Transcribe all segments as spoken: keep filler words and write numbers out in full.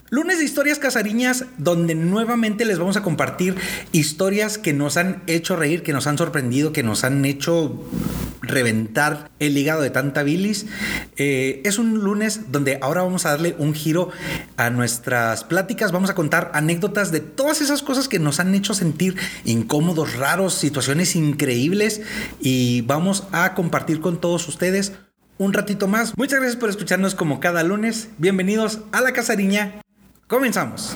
Lunes de Historias Casariñas, donde nuevamente les vamos a compartir historias que nos han hecho reír, que nos han sorprendido, que nos han hecho reventar el hígado de tanta bilis. Eh, es un lunes donde ahora vamos a darle un giro a nuestras pláticas. Vamos a contar anécdotas de todas esas cosas que nos han hecho sentir incómodos, raros, situaciones increíbles, y vamos a compartir con todos ustedes un ratito más. Muchas gracias por escucharnos como cada lunes. Bienvenidos a La Casariña. Comenzamos.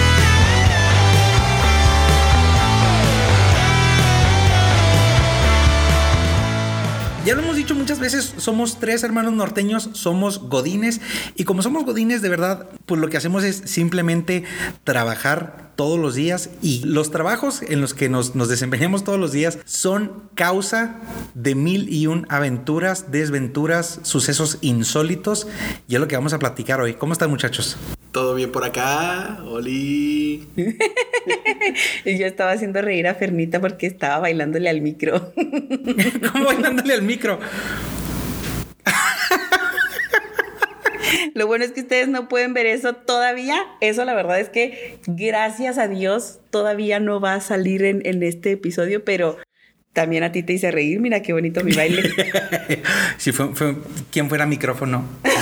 Ya lo hemos dicho muchas veces, somos tres hermanos norteños, somos godines, y como somos godines de verdad, pues lo que hacemos es simplemente trabajar todos los días, y los trabajos en los que nos, nos desempeñamos todos los días son causa de mil y un aventuras, desventuras, sucesos insólitos, y es lo que vamos a platicar hoy. ¿Cómo están, muchachos? ¿Todo bien por acá? ¡Oli! Y yo estaba haciendo reír a Fernita porque estaba bailándole al micro. ¿Cómo bailándole al micro? Lo bueno es que ustedes no pueden ver eso todavía. Eso la verdad es que gracias a Dios todavía no va a salir en, en este episodio, pero también a ti te hice reír. Mira qué bonito mi baile. Sí, fue, fue ¿quién fuera micrófono?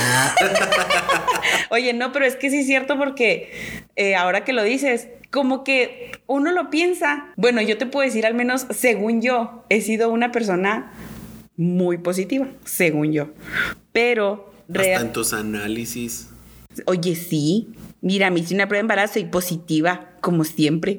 Oye, no, pero es que sí es cierto porque eh, ahora que lo dices, como que uno lo piensa. Bueno, yo te puedo decir, al menos según yo, he sido una persona muy positiva, según yo. Pero hasta en tus análisis. Oye, sí. Mira, me hice una prueba de embarazo y positiva, como siempre.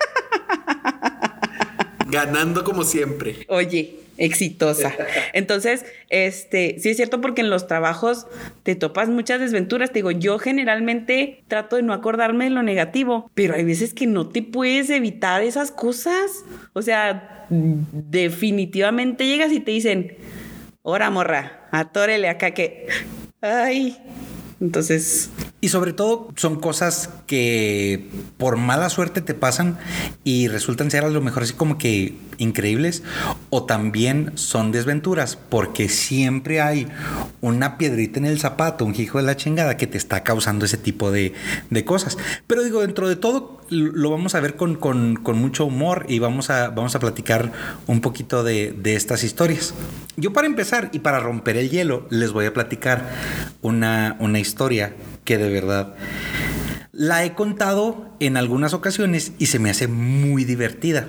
Ganando como siempre. Oye, exitosa. Entonces, este, sí es cierto porque en los trabajos te topas muchas desventuras. Te digo, yo generalmente trato de no acordarme de lo negativo, pero hay veces que no te puedes evitar esas cosas. O sea, definitivamente llegas y te dicen, ora morra, atórele acá que... Ay... Entonces... Y sobre todo son cosas que por mala suerte te pasan y resultan ser a lo mejor así como que increíbles, o también son desventuras porque siempre hay una piedrita en el zapato, un hijo de la chingada que te está causando ese tipo de, de cosas. Pero digo, dentro de todo lo vamos a ver con, con, con mucho humor, y vamos a, vamos a platicar un poquito de, de estas historias. Yo, para empezar y para romper el hielo, les voy a platicar una, una historia que de verdad la he contado en algunas ocasiones y se me hace muy divertida.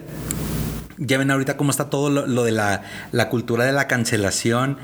Ya ven ahorita cómo está todo lo, lo de la, la cultura de la cancelación,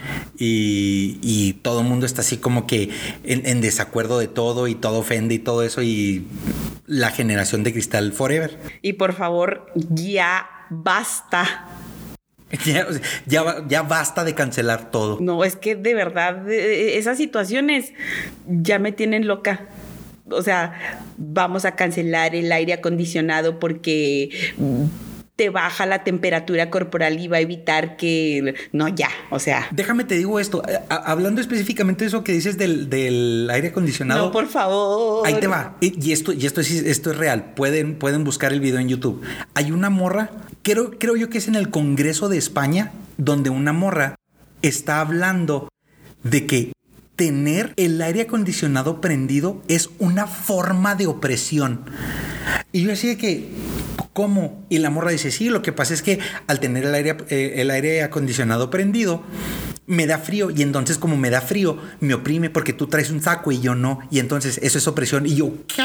y, y todo el mundo está así como que en, en desacuerdo de todo, y todo ofende y todo eso, y la generación de cristal forever. Y por favor, ya basta. Ya, ya, ya basta de cancelar todo. No, es que de verdad esas situaciones ya me tienen loca. O sea, vamos a cancelar el aire acondicionado porque te baja la temperatura corporal y va a evitar que... No, ya, o sea... Déjame te digo esto, hablando específicamente de eso que dices del, del aire acondicionado... No, por favor. Ahí te va. Y esto, y esto, es, esto es real. Pueden, pueden buscar el video en YouTube. Hay una morra, creo, creo yo que es en el Congreso de España, donde una morra está hablando de que tener el aire acondicionado prendido es una forma de opresión. Y yo así de que... ¿Cómo? Y la morra dice, sí, lo que pasa es que al tener el aire, eh, el aire acondicionado prendido, me da frío, y entonces como me da frío, me oprime porque tú traes un saco y yo no, y entonces eso es opresión. Y yo, ¿qué?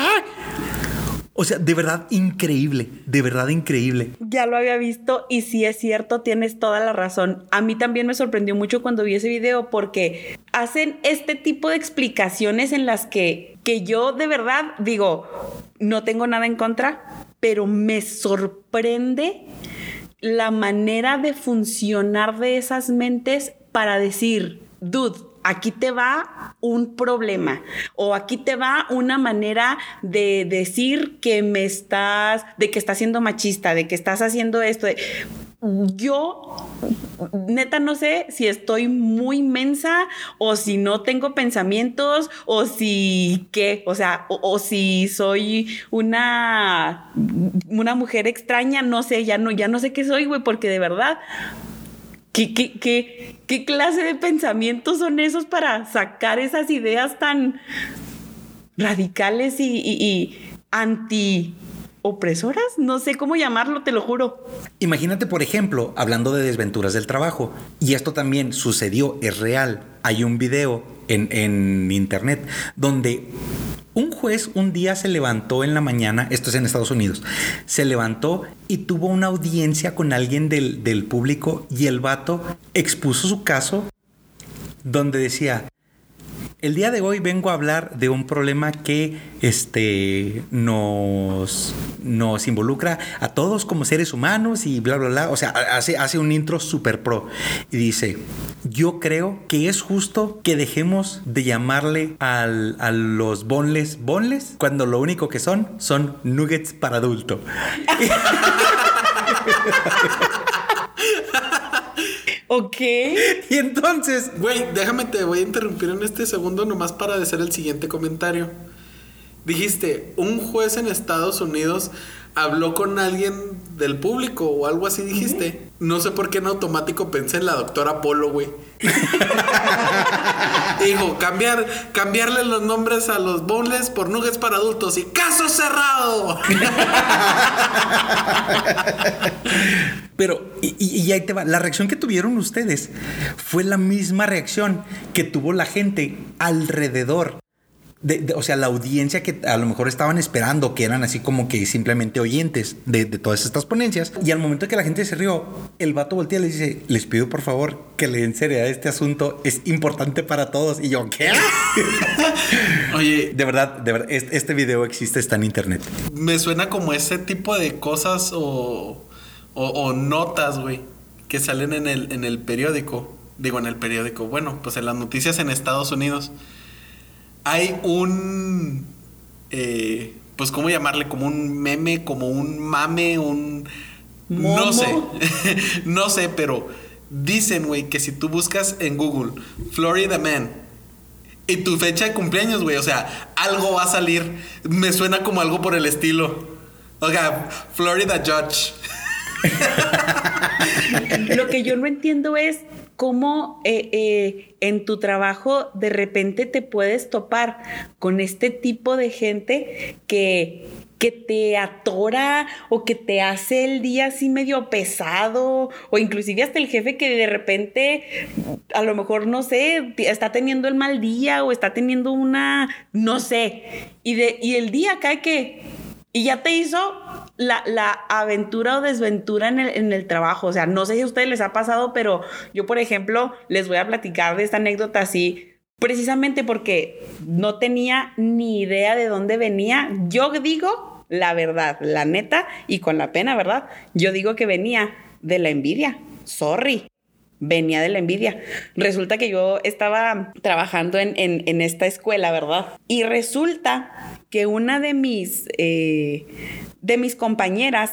O sea, de verdad increíble, de verdad increíble. Ya lo había visto y sí es cierto, tienes toda la razón. A mí también me sorprendió mucho cuando vi ese video porque hacen este tipo de explicaciones en las que, que yo de verdad digo, no tengo nada en contra, pero me sorprende la manera de funcionar de esas mentes para decir, dude, aquí te va un problema, o aquí te va una manera de decir que me estás, de que estás siendo machista, de que estás haciendo esto. De... Yo, neta, no sé si estoy muy mensa o si no tengo pensamientos o si qué, o sea, o, o si soy una, una mujer extraña, no sé, ya no, ya no sé qué soy, güey, porque de verdad, ¿qué, qué, qué, qué clase de pensamientos son esos para sacar esas ideas tan... radicales y, y, y anti... opresoras, no sé cómo llamarlo, te lo juro. Imagínate, por ejemplo, hablando de desventuras del trabajo, y esto también sucedió, es real. Hay un video en, en internet donde un juez un día se levantó en la mañana, esto es en Estados Unidos, se levantó y tuvo una audiencia con alguien del, del público y el vato expuso su caso donde decía: el día de hoy vengo a hablar de un problema que este, nos, nos involucra a todos como seres humanos y bla, bla, bla. O sea, hace, hace un intro súper pro. Y dice: yo creo que es justo que dejemos de llamarle al, a los boneless boneless cuando lo único que son son nuggets para adulto. Ok. Y entonces... Güey, déjame, te voy a interrumpir en este segundo nomás para hacer el siguiente comentario. Dijiste, un juez en Estados Unidos habló con alguien del público o algo así dijiste. Uh-huh. No sé por qué en automático pensé en la doctora Polo, güey. Dijo, cambiar, cambiarle los nombres a los boneless por nuggets para adultos y ¡caso cerrado! Pero, y, y ahí te va, la reacción que tuvieron ustedes fue la misma reacción que tuvo la gente alrededor. De, de, o sea, la audiencia que a lo mejor estaban esperando, que eran así como que simplemente oyentes de, de todas estas ponencias. Y al momento que la gente se rió, el vato voltea y les dice: les pido por favor que le den seriedad a este asunto, es importante para todos. Y yo, ¿qué? Oye, de verdad, de verdad, este, este video existe, está en internet. Me suena como ese tipo de cosas o, o, o notas, güey, que salen en el, en el periódico. Digo, en el periódico, bueno, pues en las noticias en Estados Unidos. Hay un, eh, pues, ¿cómo llamarle? Como un meme, como un mame, un... ¿Momo? No sé, no sé, pero dicen, güey, que si tú buscas en Google Florida Man y tu fecha de cumpleaños, güey, o sea, algo va a salir. Me suena como algo por el estilo. O sea, Florida Judge. Lo que yo no entiendo es cómo eh, eh, en tu trabajo de repente te puedes topar con este tipo de gente que, que te atora o que te hace el día así medio pesado, o inclusive hasta el jefe que de repente a lo mejor, no sé, está teniendo el mal día o está teniendo una, no sé, y, de, y el día cae que... y ya te hizo la, la aventura o desventura en el, en el trabajo. O sea, no sé si a ustedes les ha pasado, pero yo, por ejemplo, les voy a platicar de esta anécdota así, precisamente porque no tenía ni idea de dónde venía. Yo digo la verdad, la neta, y con la pena, ¿verdad? Yo digo que venía de la envidia. Sorry. Venía de la envidia. Resulta que yo estaba trabajando en, en, en esta escuela, ¿verdad? Y resulta que una de mis, eh, de mis compañeras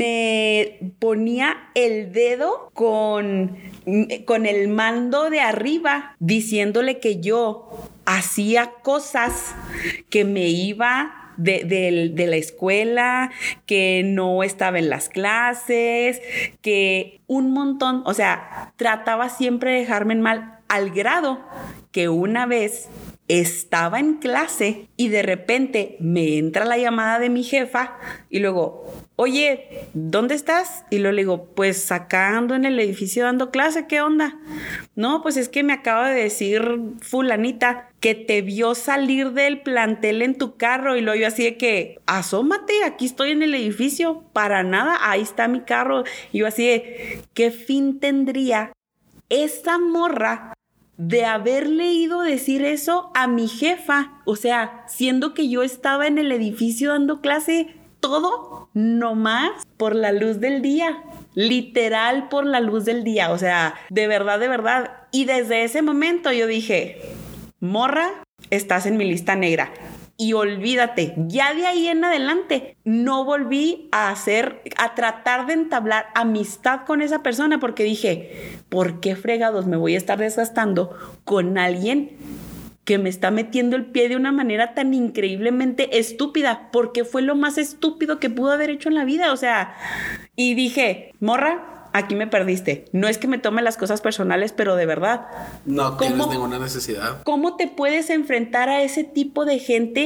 me ponía el dedo con, con el mando de arriba, diciéndole que yo hacía cosas, que me iba... De, de, de la escuela, que no estaba en las clases, que un montón, o sea, trataba siempre de dejarme en mal, al grado que una vez estaba en clase y de repente me entra la llamada de mi jefa y luego, oye, ¿dónde estás? Y luego le digo, pues acá ando en el edificio dando clase, ¿qué onda? No, pues es que me acaba de decir fulanita que te vio salir del plantel en tu carro. Y luego yo así de que, asómate, aquí estoy en el edificio, para nada, ahí está mi carro. Y yo así de, ¿qué fin tendría esa morra de haberle ido a decir eso a mi jefa? O sea, siendo que yo estaba en el edificio dando clase, todo nomás por la luz del día, literal por la luz del día, o sea, de verdad, de verdad. Y desde ese momento yo dije, morra, estás en mi lista negra. Y olvídate, ya de ahí en adelante no volví a hacer, a tratar de entablar amistad con esa persona, porque dije, ¿por qué fregados me voy a estar desgastando con alguien que me está metiendo el pie de una manera tan increíblemente estúpida? Porque fue lo más estúpido que pudo haber hecho en la vida, o sea, y dije, morra, aquí me perdiste. No es que me tome las cosas personales, pero de verdad. No tienes ninguna necesidad. ¿Cómo te puedes enfrentar a ese tipo de gente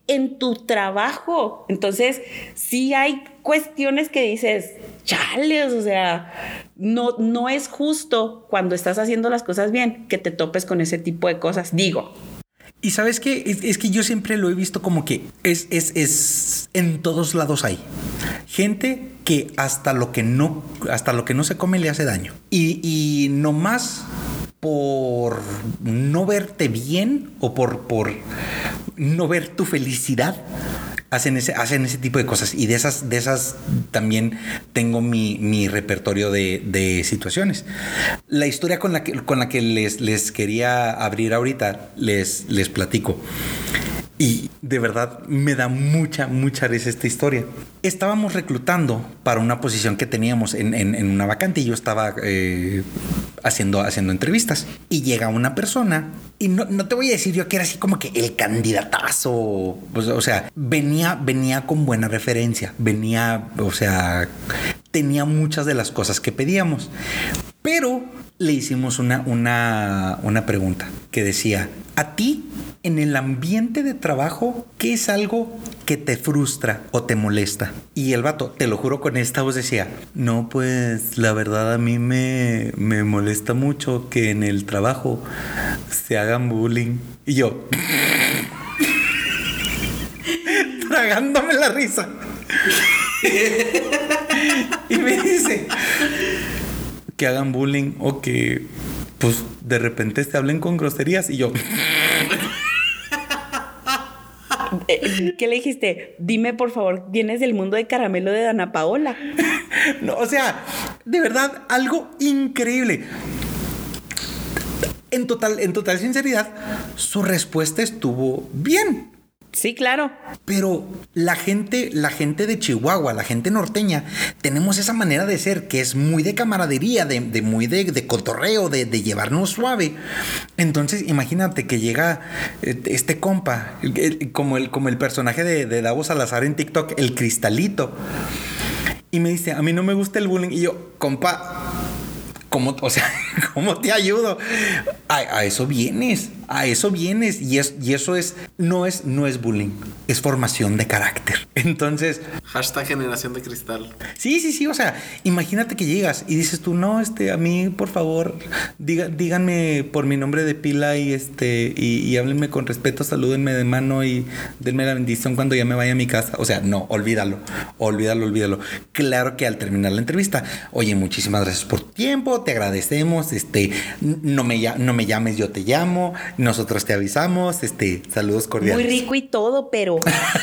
en tu trabajo. Entonces, sí hay cuestiones que dices, chales, o sea, no, no es justo cuando estás haciendo las cosas bien que te topes con ese tipo de cosas. Digo. Y sabes qué, es, es que yo siempre lo he visto como que es, es, es en todos lados hay gente que hasta lo que no, hasta lo que no se come le hace daño. Y, y nomás por no verte bien o por, por no ver tu felicidad, hacen ese, hacen ese tipo de cosas. Y de esas, de esas también tengo mi, mi repertorio de, de situaciones. La historia con la que, con la que les, les quería abrir ahorita, les, les platico. Y de verdad me da mucha, mucha risa esta historia. Estábamos reclutando para una posición que teníamos en, en, en una vacante y yo estaba eh, haciendo, haciendo entrevistas. Y llega una persona y no, no te voy a decir yo que era así como que el candidatazo. Pues, o sea, venía, venía con buena referencia. Venía, o sea, tenía muchas de las cosas que pedíamos. Pero le hicimos una, una, una pregunta que decía, ¿a ti en el ambiente de trabajo qué es algo que te frustra o te molesta? Y el vato, te lo juro, con esta voz decía, no, pues la verdad a mí me, me molesta mucho que en el trabajo se hagan bullying. Y yo tragándome la risa. Y me dice que hagan bullying o que pues de repente te hablen con groserías. Y yo ¿qué le dijiste? Dime, por favor, ¿vienes del mundo de caramelo de Dana Paola? No, o sea, de verdad, algo increíble. En total, en total sinceridad, su respuesta estuvo bien. Sí, claro. Pero la gente, la gente de Chihuahua, la gente norteña, tenemos esa manera de ser que es muy de camaradería, de, de muy de, de cotorreo, de, de llevarnos suave. Entonces, imagínate que llega este compa, el, como, el, como el personaje de, de Davo Salazar en TikTok, el Cristalito. Y me dice, a mí no me gusta el bullying. Y yo, compa, ¿cómo, o sea, ¿cómo te ayudo? A, a eso vienes, a eso vienes. Y, es, y eso es no, es, no es bullying, es formación de carácter. Entonces... Hashtag generación de cristal. Sí, sí, sí, o sea, imagínate que llegas y dices tú, no, este, a mí, por favor, diga, díganme por mi nombre de pila y este, y, y háblenme con respeto, salúdenme de mano y denme la bendición cuando ya me vaya a mi casa. O sea, no, olvídalo, olvídalo, olvídalo. Claro que al terminar la entrevista, oye, muchísimas gracias por tu tiempo, te agradecemos, este, no me, no me llames, yo te llamo, nosotros te avisamos, este, saludos cordiales. Muy rico y todo, pero...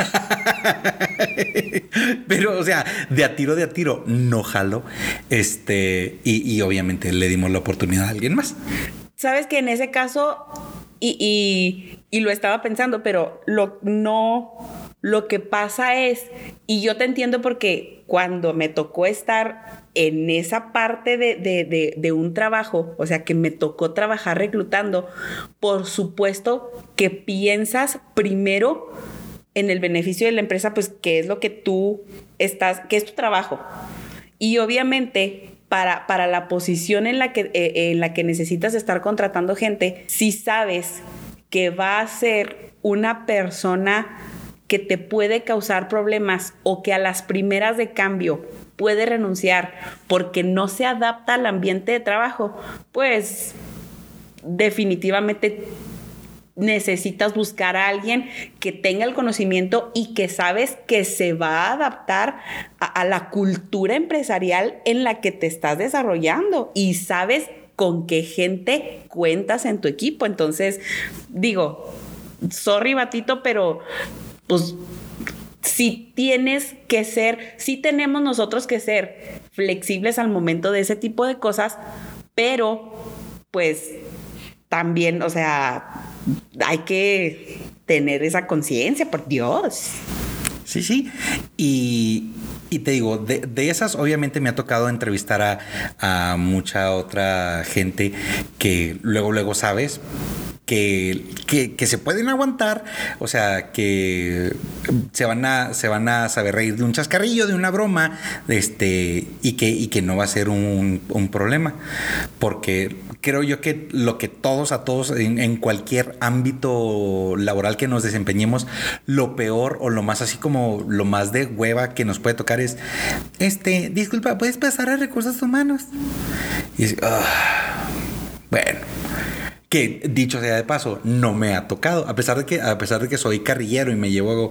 Pero, o sea, de a tiro, de a tiro, no jalo. Este, y, y obviamente le dimos la oportunidad a alguien más. Sabes que en ese caso, y, y, y lo estaba pensando, pero lo, no, lo que pasa es, y yo te entiendo porque cuando me tocó estar en esa parte de, de, de, de un trabajo, o sea, que me tocó trabajar reclutando, por supuesto que piensas primero en el beneficio de la empresa, pues, que es lo que tú estás, que es tu trabajo. Y obviamente, para, para la posición en la, que, eh, en la que necesitas estar contratando gente, si sabes que va a ser una persona que te puede causar problemas o que a las primeras de cambio puede renunciar porque no se adapta al ambiente de trabajo, pues definitivamente necesitas buscar a alguien que tenga el conocimiento y que sabes que se va a adaptar a, a la cultura empresarial en la que te estás desarrollando y sabes con qué gente cuentas en tu equipo. Entonces, digo, sorry, batito, pero pues sí tienes que ser, sí tenemos nosotros que ser flexibles al momento de ese tipo de cosas, pero pues también, o sea, hay que tener esa conciencia, por Dios. Sí, sí. Y, y te digo, de, de esas obviamente me ha tocado entrevistar a, a mucha otra gente que luego, luego sabes que, que, que se pueden aguantar, o sea, que se van a, se van a saber reír de un chascarrillo, de una broma, este, y que, y que no va a ser un, un problema. Porque creo yo que lo que todos a todos en, en cualquier ámbito laboral que nos desempeñemos, lo peor o lo más así como lo más de hueva que nos puede tocar es, este, disculpa, ¿puedes pasar a recursos humanos? Y es, uh, bueno, que dicho sea de paso, no me ha tocado, a pesar de que, a pesar de que soy carrillero y me llevo,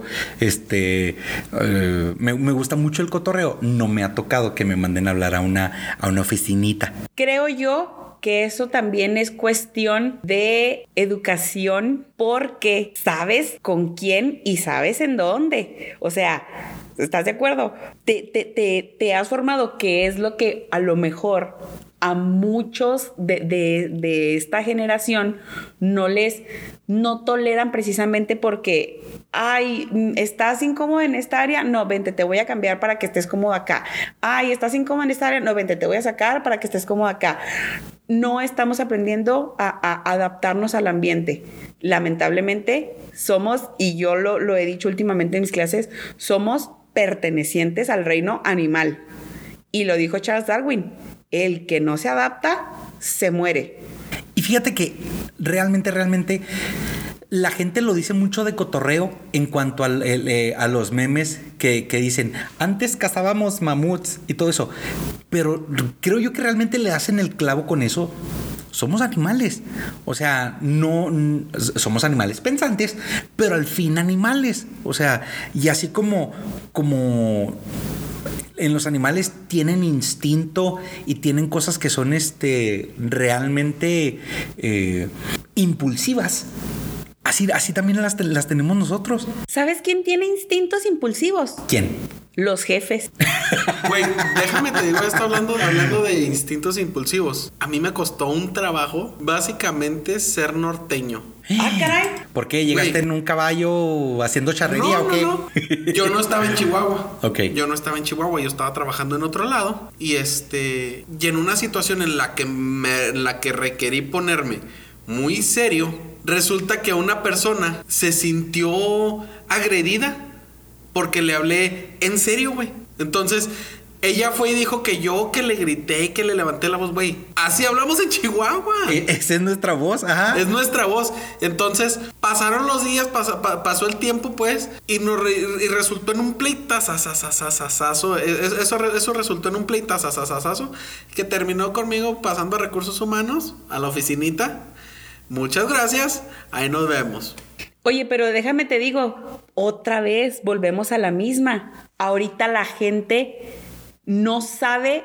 este, uh, me, me gusta mucho el cotorreo, no me ha tocado que me manden a hablar a una, a una oficinita. Creo yo que eso también es cuestión de educación porque sabes con quién y sabes en dónde. O sea, ¿estás de acuerdo? Te, te, te, te has formado, que es lo que a lo mejor a muchos de, de, de esta generación no les, no toleran precisamente porque, ay, ¿estás incómodo en esta área? No, vente, te voy a cambiar para que estés cómodo acá. Ay, ¿estás incómodo en esta área? No, vente, te voy a sacar para que estés cómodo acá. No estamos aprendiendo a, a adaptarnos al ambiente. Lamentablemente somos, y yo lo, lo he dicho últimamente en mis clases, somos pertenecientes al reino animal. Y lo dijo Charles Darwin. El que no se adapta, se muere. Y fíjate que realmente, realmente la gente lo dice mucho de cotorreo en cuanto al, el, eh, a los memes que, que dicen, antes cazábamos mamuts y todo eso. Pero creo yo que realmente le hacen el clavo con eso. Somos animales. O sea, no somos animales pensantes, pero al fin animales. O sea, y así como, como en los animales tienen instinto y tienen cosas que son este, realmente eh, impulsivas. Así, así también las, las tenemos nosotros. ¿Sabes quién tiene instintos impulsivos? ¿Quién? Los jefes. Güey, déjame te digo esto hablando, hablando de instintos impulsivos. A mí me costó un trabajo, básicamente, ser norteño. Ah, caray. ¿Por qué? ¿Llegaste Güey. en un caballo haciendo charrería no, o qué? No, no. Yo no estaba en Chihuahua. Ok. Yo no estaba en Chihuahua, yo estaba trabajando en otro lado. Y este, y en una situación en la que me, en la que requerí ponerme muy serio, resulta que una persona se sintió agredida porque le hablé en serio, güey. Entonces, ella fue y dijo que yo que le grité, que le levanté la voz, güey. Así hablamos en Chihuahua. Esa es nuestra voz, ajá. Es nuestra voz. Entonces, pasaron los días, pas, pa, pasó el tiempo, pues, y, nos re, y resultó en un pleitazazazazazazo. Eso, eso resultó en un pleitazazazazazo que terminó conmigo pasando a recursos humanos, a la oficinita. Muchas gracias. Ahí nos vemos. Oye, pero déjame te digo, otra vez volvemos a la misma. Ahorita la gente no sabe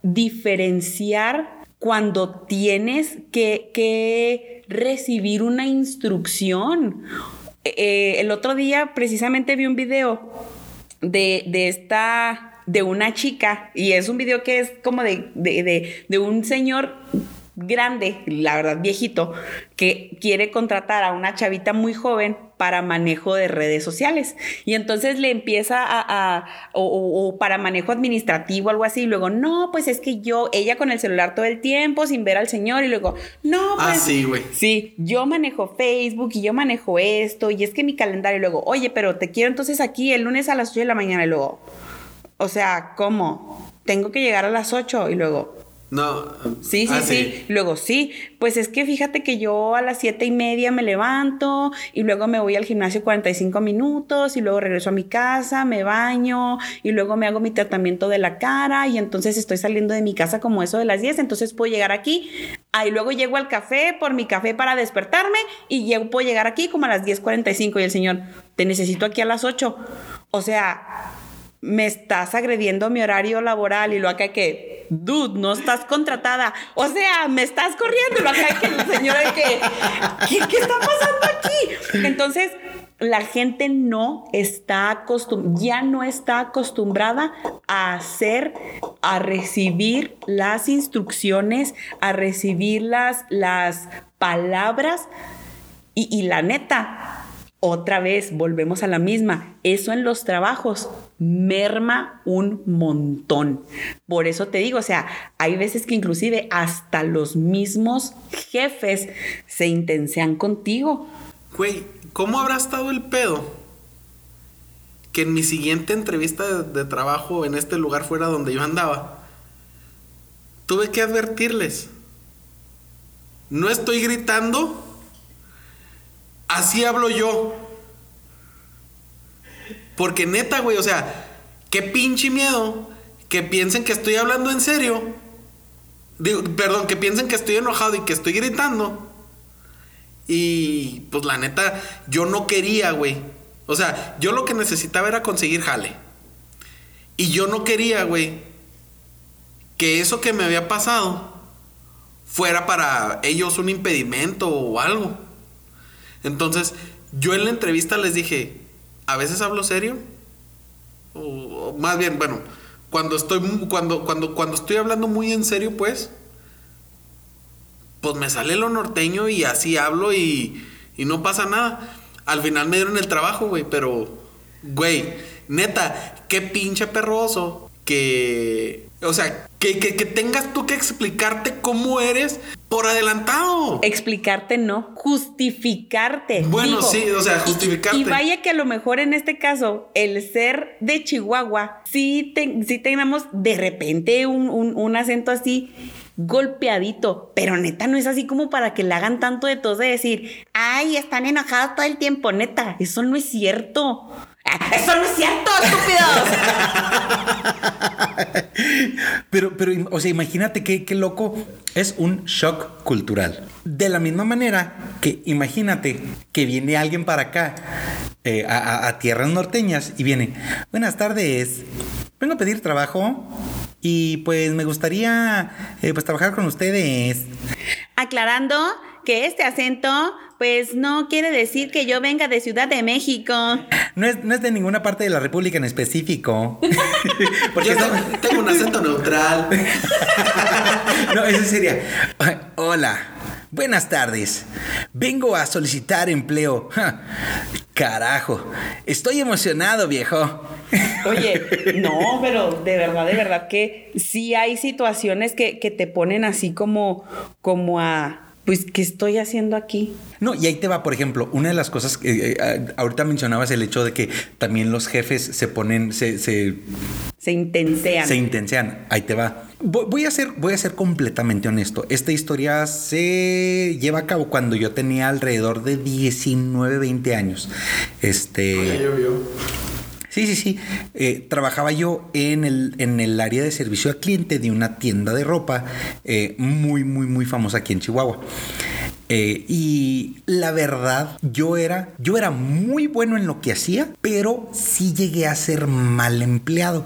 diferenciar cuando tienes que, que recibir una instrucción. Eh, el otro día precisamente vi un video de, de esta, de una chica, y es un video que es como de, de, de, de un señor grande, la verdad viejito, que quiere contratar a una chavita muy joven para manejo de redes sociales. Y entonces le empieza a, a o, o, o para manejo administrativo, algo así, y luego, no, pues es que yo, ella con el celular todo el tiempo sin ver al señor, y luego, no, pues ah, sí, güey. Sí, yo manejo Facebook y yo manejo esto, y es que mi calendario, y luego, oye, pero te quiero entonces aquí el lunes a las ocho de la mañana, y luego, o sea, ¿cómo? Tengo que llegar a las ocho, y luego, no. Sí, sí, ah, sí, sí. Luego, sí. Pues es que fíjate que yo a las siete y media me levanto y luego me voy al gimnasio cuarenta y cinco minutos y luego regreso a mi casa, me baño y luego me hago mi tratamiento de la cara y entonces estoy saliendo de mi casa como eso de las diez, entonces puedo llegar aquí. Ahí luego llego al café por mi café para despertarme y llego, puedo llegar aquí como a las diez cuarenta y cinco y el señor, te necesito aquí a las ocho. O sea, me estás agrediendo mi horario laboral y lo acá que, dude, no estás contratada. O sea, me estás corriendo y lo acá que el señor el que, ¿qué, ¿qué está pasando aquí? Entonces, la gente no está acostumbrada, ya no está acostumbrada a hacer, a recibir las instrucciones, a recibir las, las palabras y, y la neta, otra vez volvemos a la misma. Eso en los trabajos merma un montón. Por eso te digo, o sea, hay veces que inclusive hasta los mismos jefes se intensean contigo. Güey, ¿cómo habrá estado el pedo? Que en mi siguiente entrevista de, de trabajo en este lugar fuera donde yo andaba, tuve que advertirles. no estoy gritando, así hablo yo. Porque neta, güey, o sea, qué pinche miedo que piensen que estoy hablando en serio. Digo, perdón, que piensen que estoy enojado y que estoy gritando. Y pues la neta, yo no quería, güey. O sea, yo lo que necesitaba era conseguir jale. Y yo no quería, güey, que eso que me había pasado fuera para ellos un impedimento o algo. Entonces, yo en la entrevista les dije, ¿a veces hablo serio? O, o más bien, bueno, cuando estoy cuando, cuando, cuando estoy hablando muy en serio, pues, pues me sale lo norteño y así hablo y, y no pasa nada. Al final me dieron el trabajo, güey, pero, güey, neta, qué pinche perroso que... O sea, que, que, que tengas tú que explicarte cómo eres por adelantado. Explicarte no, justificarte. Bueno, digo, sí, o sea, justificarte. Y, y vaya que a lo mejor en este caso, el ser de Chihuahua, sí, te, sí tengamos de repente un, un, un acento así golpeadito, pero neta no es así como para que le hagan tanto de tos de decir, ay, están enojados todo el tiempo, neta, eso no es cierto. ¡Eso no es cierto, estúpidos! pero, pero, o sea, imagínate qué, qué loco. Es un shock cultural. De la misma manera que imagínate que viene alguien para acá, eh, a, a, a tierras norteñas, y viene, buenas tardes, vengo a pedir trabajo y pues me gustaría eh, pues trabajar con ustedes. Aclarando que este acento pues no quiere decir que yo venga de Ciudad de México. No es, no es de ninguna parte de la República en específico. Porque yo tengo, tengo un acento neutral. No, eso sería, hola, buenas tardes, vengo a solicitar empleo. Ja, carajo, estoy emocionado, viejo. Oye, no, pero de verdad, de verdad que sí hay situaciones que, que te ponen así como, como a... Pues, ¿qué estoy haciendo aquí? No, y ahí te va, por ejemplo, una de las cosas que eh, ahorita mencionabas el hecho de que también los jefes se ponen, se... Se, se intensean. Se intensean, ahí te va. Voy a ser, voy a ser completamente honesto. Esta historia se lleva a cabo cuando yo tenía alrededor de diecinueve, veinte años. Este... Oye, llovió. Sí, sí, sí. Eh, trabajaba yo en el, en el área de servicio al cliente de una tienda de ropa eh, muy, muy, muy famosa aquí en Chihuahua. Eh, y la verdad, yo era, yo era muy bueno en lo que hacía, pero sí llegué a ser mal empleado.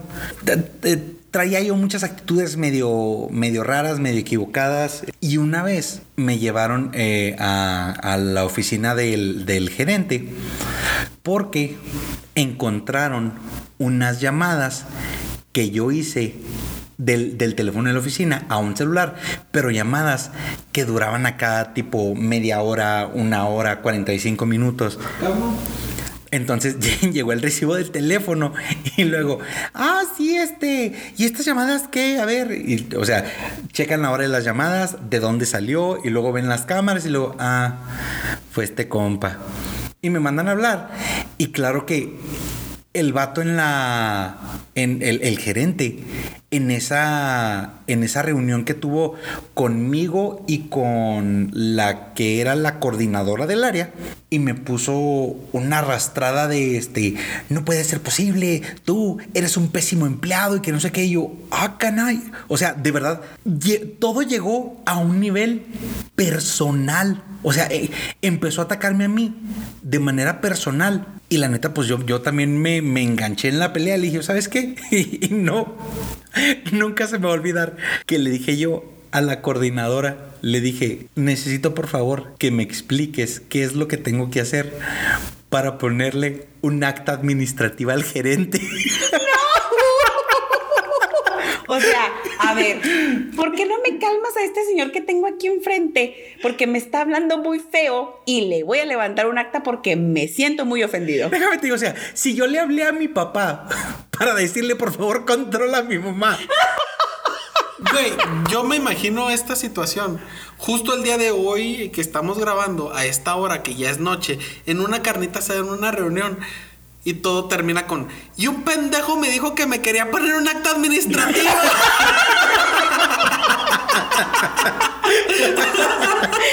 Traía yo muchas actitudes medio, medio raras, medio equivocadas. Y una vez me llevaron eh, a, a la oficina del, del gerente porque encontraron unas llamadas que yo hice del, del teléfono de la oficina a un celular, pero llamadas que duraban acá tipo media hora, una hora, cuarenta y cinco minutos. Entonces llegó el recibo del teléfono y luego, ah, sí, este, ¿y estas llamadas qué? A ver, y, o sea, checan la hora de las llamadas, de dónde salió, y luego ven las cámaras y luego, ah, fue este compa. Y me mandan a hablar. Y claro que el vato en la... En el, el gerente, en esa, en esa reunión que tuvo conmigo y con la que era la coordinadora del área, y me puso una arrastrada de este, no puede ser posible, tú eres un pésimo empleado y que no sé qué. Y yo, ah, canay. O sea, de verdad, todo llegó a un nivel personal. O sea, eh, empezó a atacarme a mí de manera personal. Y la neta, pues yo, yo también me, me enganché en la pelea. Le dije, ¿sabes qué? Y no, nunca se me va a olvidar que le dije yo a la coordinadora, le dije, necesito por favor que me expliques qué es lo que tengo que hacer para ponerle un acta administrativa al gerente. O sea, a ver, ¿por qué no me calmas a este señor que tengo aquí enfrente? Porque me está hablando muy feo y le voy a levantar un acta porque me siento muy ofendido. Déjame te digo, o sea, si yo le hablé a mi papá para decirle, por favor, controla a mi mamá. Güey, yo me imagino esta situación. Justo el día de hoy que estamos grabando, a esta hora que ya es noche, en una carnita asada, en una reunión. Y todo termina con, y un pendejo me dijo que me quería poner un acta administrativa.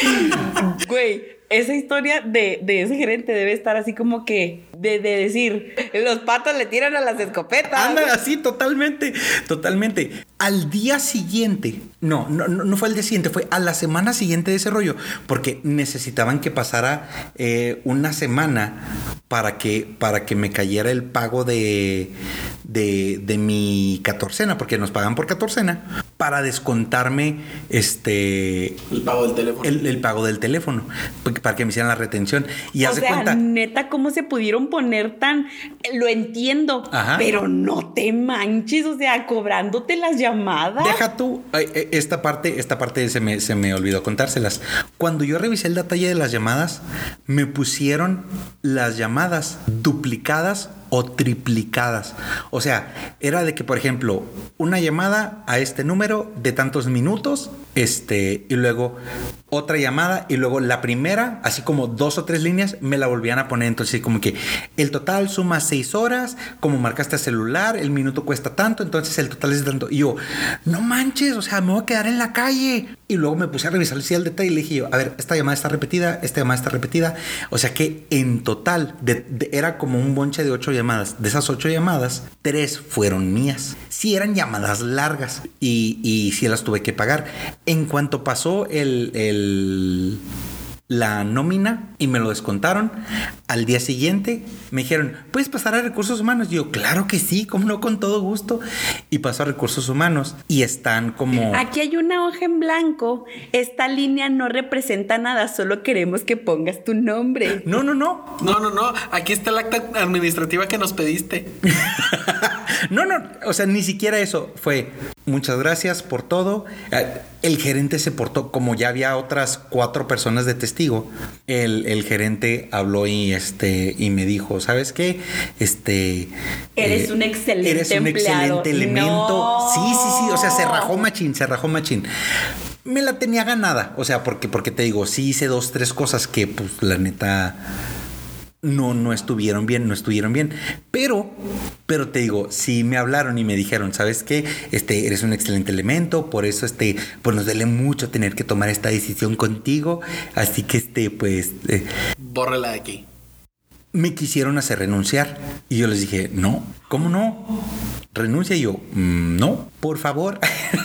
Güey, esa historia de, de ese gerente debe estar así como que de, de decir, los patos le tiran a las escopetas. Anda, así, totalmente, totalmente. Al día siguiente, no, no, no fue al día siguiente, fue a la semana siguiente de ese rollo, porque necesitaban que pasara eh, una semana para que, para que me cayera el pago de, de, de mi catorcena, porque nos pagan por catorcena, para descontarme este... El pago del teléfono. El, el pago del teléfono, para que me hicieran la retención. Y o haz de sea, cuenta... neta, ¿cómo se pudieron poner tan...? Lo entiendo, Ajá. Pero no te manches, o sea, cobrándote las llamadas. Deja tú, esta parte, esta parte se me, se me olvidó contárselas. Cuando yo revisé el detalle de las llamadas, me pusieron las llamadas duplicadas o triplicadas. O sea, era de que, por ejemplo, una llamada a este número de tantos minutos, este, y luego otra llamada, y luego la primera, así como dos o tres líneas, me la volvían a poner. Entonces, como que el total suma seis horas, como marcaste el celular, el minuto cuesta tanto, entonces el total es tanto. Y yo, no manches, o sea, me voy a quedar en la calle. Y luego me puse a revisar el detalle y le dije yo, a ver, esta llamada está repetida, esta llamada está repetida. O sea que en total de, de, era como un bonche de ocho llamadas. De esas ocho llamadas, tres fueron mías. Sí eran llamadas largas y, y sí las tuve que pagar. En cuanto pasó el... el la nómina y me lo descontaron, al día siguiente me dijeron, ¿puedes pasar a recursos humanos? Y yo, claro que sí, cómo no, con todo gusto. Y paso a recursos humanos y están como... Aquí hay una hoja en blanco. Esta línea no representa nada, solo queremos que pongas tu nombre. No, no, no. No, no, no. Aquí está el acta administrativa que nos pediste. No, no. O sea, ni siquiera eso. Fue, muchas gracias por todo. El gerente se portó, como ya había otras cuatro personas de testigo, el, el gerente habló y este y me dijo, ¿sabes qué? Este eres eh, un excelente eres un empleado. excelente elemento. No. Sí, sí, sí. O sea, se rajó machín, se rajó machín. Me la tenía ganada. O sea, porque, porque te digo, sí hice dos, tres cosas que, pues, la neta. No, no estuvieron bien, no estuvieron bien. Pero, pero te digo, sí me hablaron y me dijeron, ¿sabes qué? Este, eres un excelente elemento, por eso, este, pues nos duele mucho tener que tomar esta decisión contigo. Así que, este, pues... Eh, Bórrela de aquí. Me quisieron hacer renunciar. Y yo les dije, no, ¿cómo no? Renuncia. Y yo, mmm, no, por favor.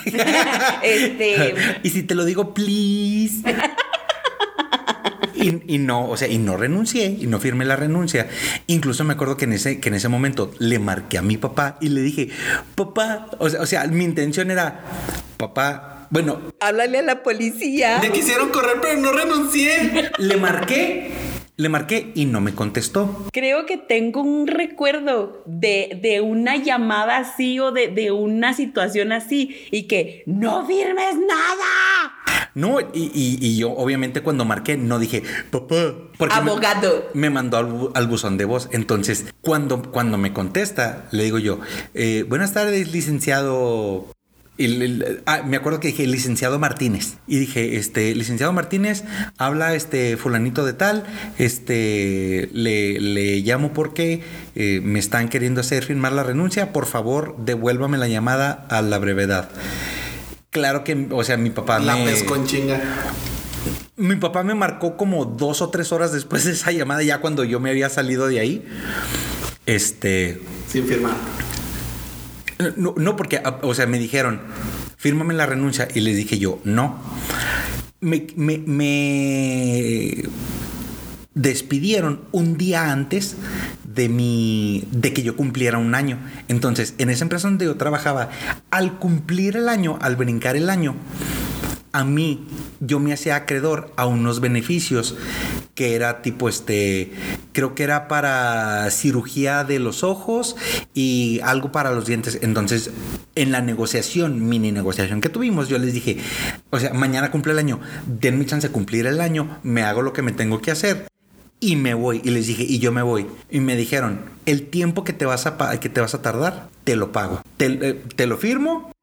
este... Y si te lo digo, please... Y, y no, o sea, y no renuncié y no firmé la renuncia. Incluso me acuerdo que en ese, que en ese momento le marqué a mi papá y le dije, papá, o sea, o sea, mi intención era, papá, bueno, háblale a la policía. Me quisieron correr, pero no renuncié. Le marqué. Le marqué y no me contestó. Creo que tengo un recuerdo de, de una llamada así o de, de una situación así y que no firmes nada. No, y, y, y yo obviamente cuando marqué no dije, papá. Porque abogado. Me, me mandó al, al buzón de voz. Entonces, cuando, cuando me contesta, le digo yo, eh, buenas tardes, licenciado... El, el, ah, me acuerdo que dije licenciado Martínez y dije este licenciado Martínez, habla este fulanito de tal, este le, le llamo porque eh, me están queriendo hacer firmar la renuncia, por favor devuélvame la llamada a la brevedad. Claro que, o sea, mi papá la me... La pescó en chinga. Mi papá me marcó como dos o tres horas después de esa llamada, ya cuando yo me había salido de ahí. Este... Sin firmar. No, no, porque, o sea, me dijeron, fírmame la renuncia. Y les dije yo, no. Me, me, me despidieron un día antes de mi, de que yo cumpliera un año. Entonces, en esa empresa donde yo trabajaba, al cumplir el año, al brincar el año, a mí, yo me hacía acreedor a unos beneficios que era tipo este, creo que era para cirugía de los ojos y algo para los dientes. Entonces, en la negociación, mini negociación que tuvimos, yo les dije, o sea, mañana cumple el año, denme chance de cumplir el año, me hago lo que me tengo que hacer y me voy. Y les dije, y yo me voy. Y me dijeron, el tiempo que te vas a, que te vas a tardar, te lo pago. Te, eh, te lo firmo.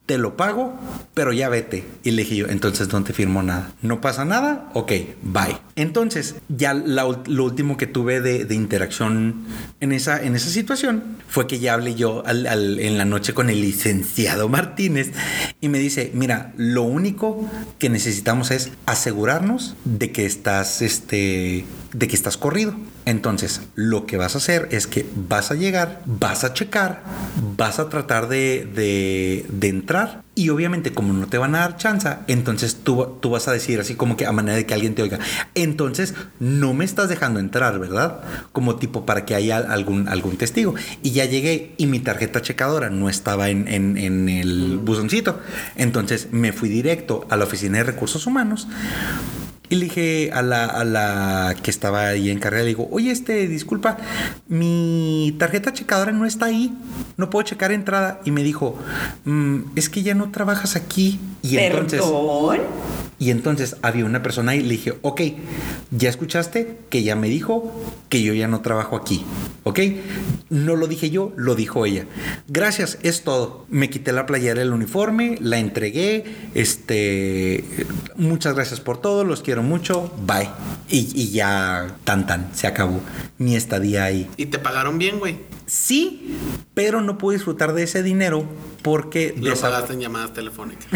te lo pago, pero ya vete. Y le dije yo, entonces no te firmo nada. ¿No pasa nada? Ok, bye. Entonces, ya la, lo último que tuve de, de interacción en esa, en esa situación fue que ya hablé yo al, al, en la noche con el licenciado Martínez y me dice, mira, lo único que necesitamos es asegurarnos de que estás, este, de que estás corrido. Entonces, lo que vas a hacer es que vas a llegar, vas a checar, vas a tratar de, de, de entrar y obviamente como no te van a dar chance, entonces tú, tú vas a decir así como que a manera de que alguien te oiga, entonces no me estás dejando entrar, ¿verdad? Como tipo para que haya algún, algún testigo. Y ya llegué y mi tarjeta checadora no estaba en, en, en el buzoncito. Entonces me fui directo a la oficina de recursos humanos. Y le dije a la, a la que estaba ahí encargada, le digo, oye, este, disculpa, mi tarjeta checadora no está ahí, no puedo checar entrada. Y me dijo, mmm, es que ya no trabajas aquí. Y entonces, ¿Perdón? Y entonces había una persona ahí y le dije, ok, ya escuchaste que ella me dijo que yo ya no trabajo aquí, ok. No lo dije yo, lo dijo ella. Gracias, es todo. Me quité la playera del uniforme, la entregué, este, muchas gracias por todo, los quiero mucho, bye. Y, y ya, tan tan, se acabó mi estadía ahí. ¿Y te pagaron bien, güey? Sí, pero no pude disfrutar de ese dinero porque... Lo desa- pagaste en llamadas telefónicas.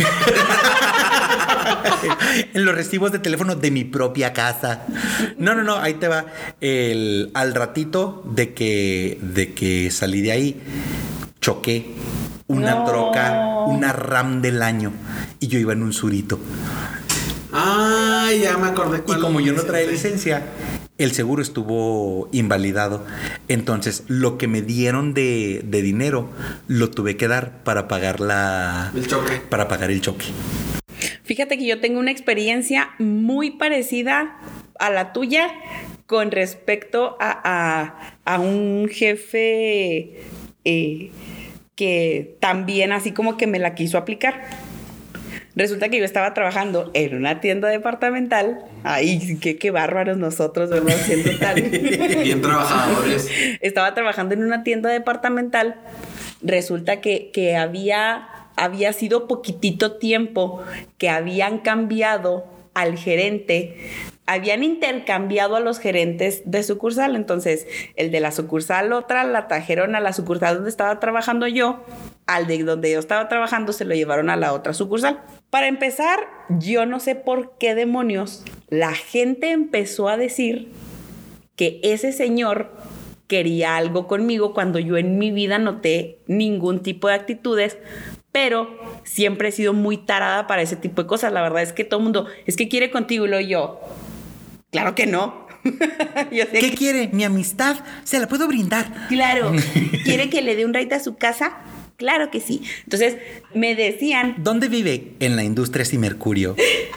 en los recibos de teléfono de mi propia casa. No, no, no, ahí te va. El, al ratito de que, de que salí de ahí, choqué una No. troca, una RAM del año y yo iba en un surito. Ah, ya me acordé Y cuál. como yo no traía sí. licencia, el seguro estuvo invalidado. Entonces, lo que me dieron de, de dinero lo tuve que dar para pagar la... El choque. Para pagar el choque. Fíjate que yo tengo una experiencia muy parecida a la tuya con respecto a, a, a un jefe eh, que también así como que me la quiso aplicar. Resulta que yo estaba trabajando en una tienda departamental. Ay, qué, qué bárbaros nosotros, ¿verdad? Siendo tal. Bien trabajadores. Estaba trabajando en una tienda departamental. Resulta que, que había, había sido poquitito tiempo que habían cambiado al gerente. Habían intercambiado a los gerentes de sucursal. Entonces, el de la sucursal otra la trajeron a la sucursal donde estaba trabajando yo. Al de donde yo estaba trabajando se lo llevaron a la otra sucursal. Para empezar, yo no sé por qué demonios la gente empezó a decir que ese señor quería algo conmigo cuando yo en mi vida noté ningún tipo de actitudes, pero siempre he sido muy tarada para ese tipo de cosas. La verdad es que todo el mundo, es que quiere contigo, y lo yo, claro que no. Yo sé ¿Qué que- quiere? ¿Mi amistad? Se la puedo brindar. Claro, ¿quiere que le dé un ride a su casa? Claro que sí. Entonces me decían, ¿Dónde vive? En la industria sin mercurio.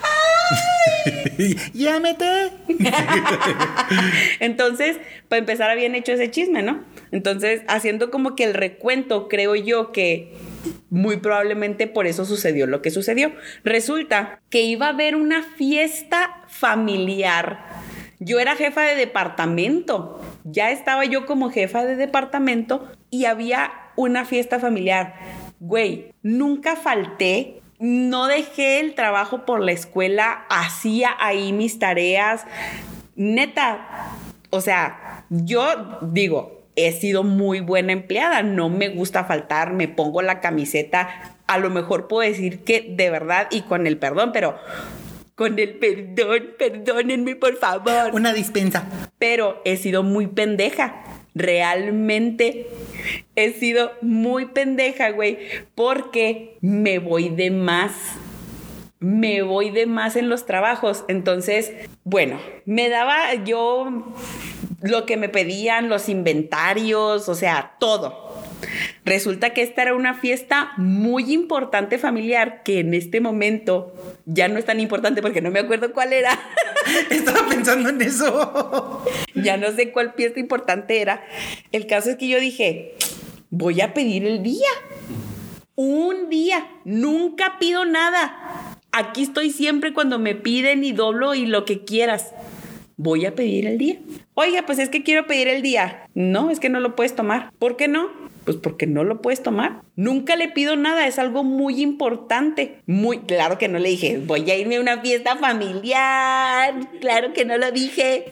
¡Llámete! entonces, para empezar habían hecho ese chisme, ¿no? Entonces, haciendo como que el recuento, creo yo que muy probablemente por eso sucedió lo que sucedió. Resulta que iba a haber una fiesta familiar. Yo era jefa de departamento. Ya estaba yo como jefa de departamento y había una fiesta familiar. Güey, nunca falté. No dejé el trabajo por la escuela, hacía ahí mis tareas. Neta, o sea, yo digo, he sido muy buena empleada, no me gusta faltar, me pongo la camiseta. A lo mejor puedo decir que de verdad y con el perdón, pero con el perdón, perdónenme por favor. Una dispensa. Pero he sido muy pendeja. Realmente he sido muy pendeja, güey, porque me voy de más. Me voy de más en los trabajos. Entonces, bueno, me daba yo lo que me pedían, los inventarios, o sea, todo. Resulta que esta era una fiesta muy importante familiar que en este momento ya no es tan importante porque no me acuerdo cuál era. Estaba pensando en eso. Ya no sé cuál fiesta importante era. El caso es que yo dije, voy a pedir el día. Un día. Nunca pido nada. Aquí estoy siempre cuando me piden y doblo y lo que quieras. Voy a pedir el día. Oiga, pues es que quiero pedir el día. No, es que no lo puedes tomar. ¿Por qué no? Pues porque no lo puedes tomar. Nunca le pido nada, es algo muy importante. Muy, claro que no le dije, voy a irme a una fiesta familiar. Claro que no lo dije.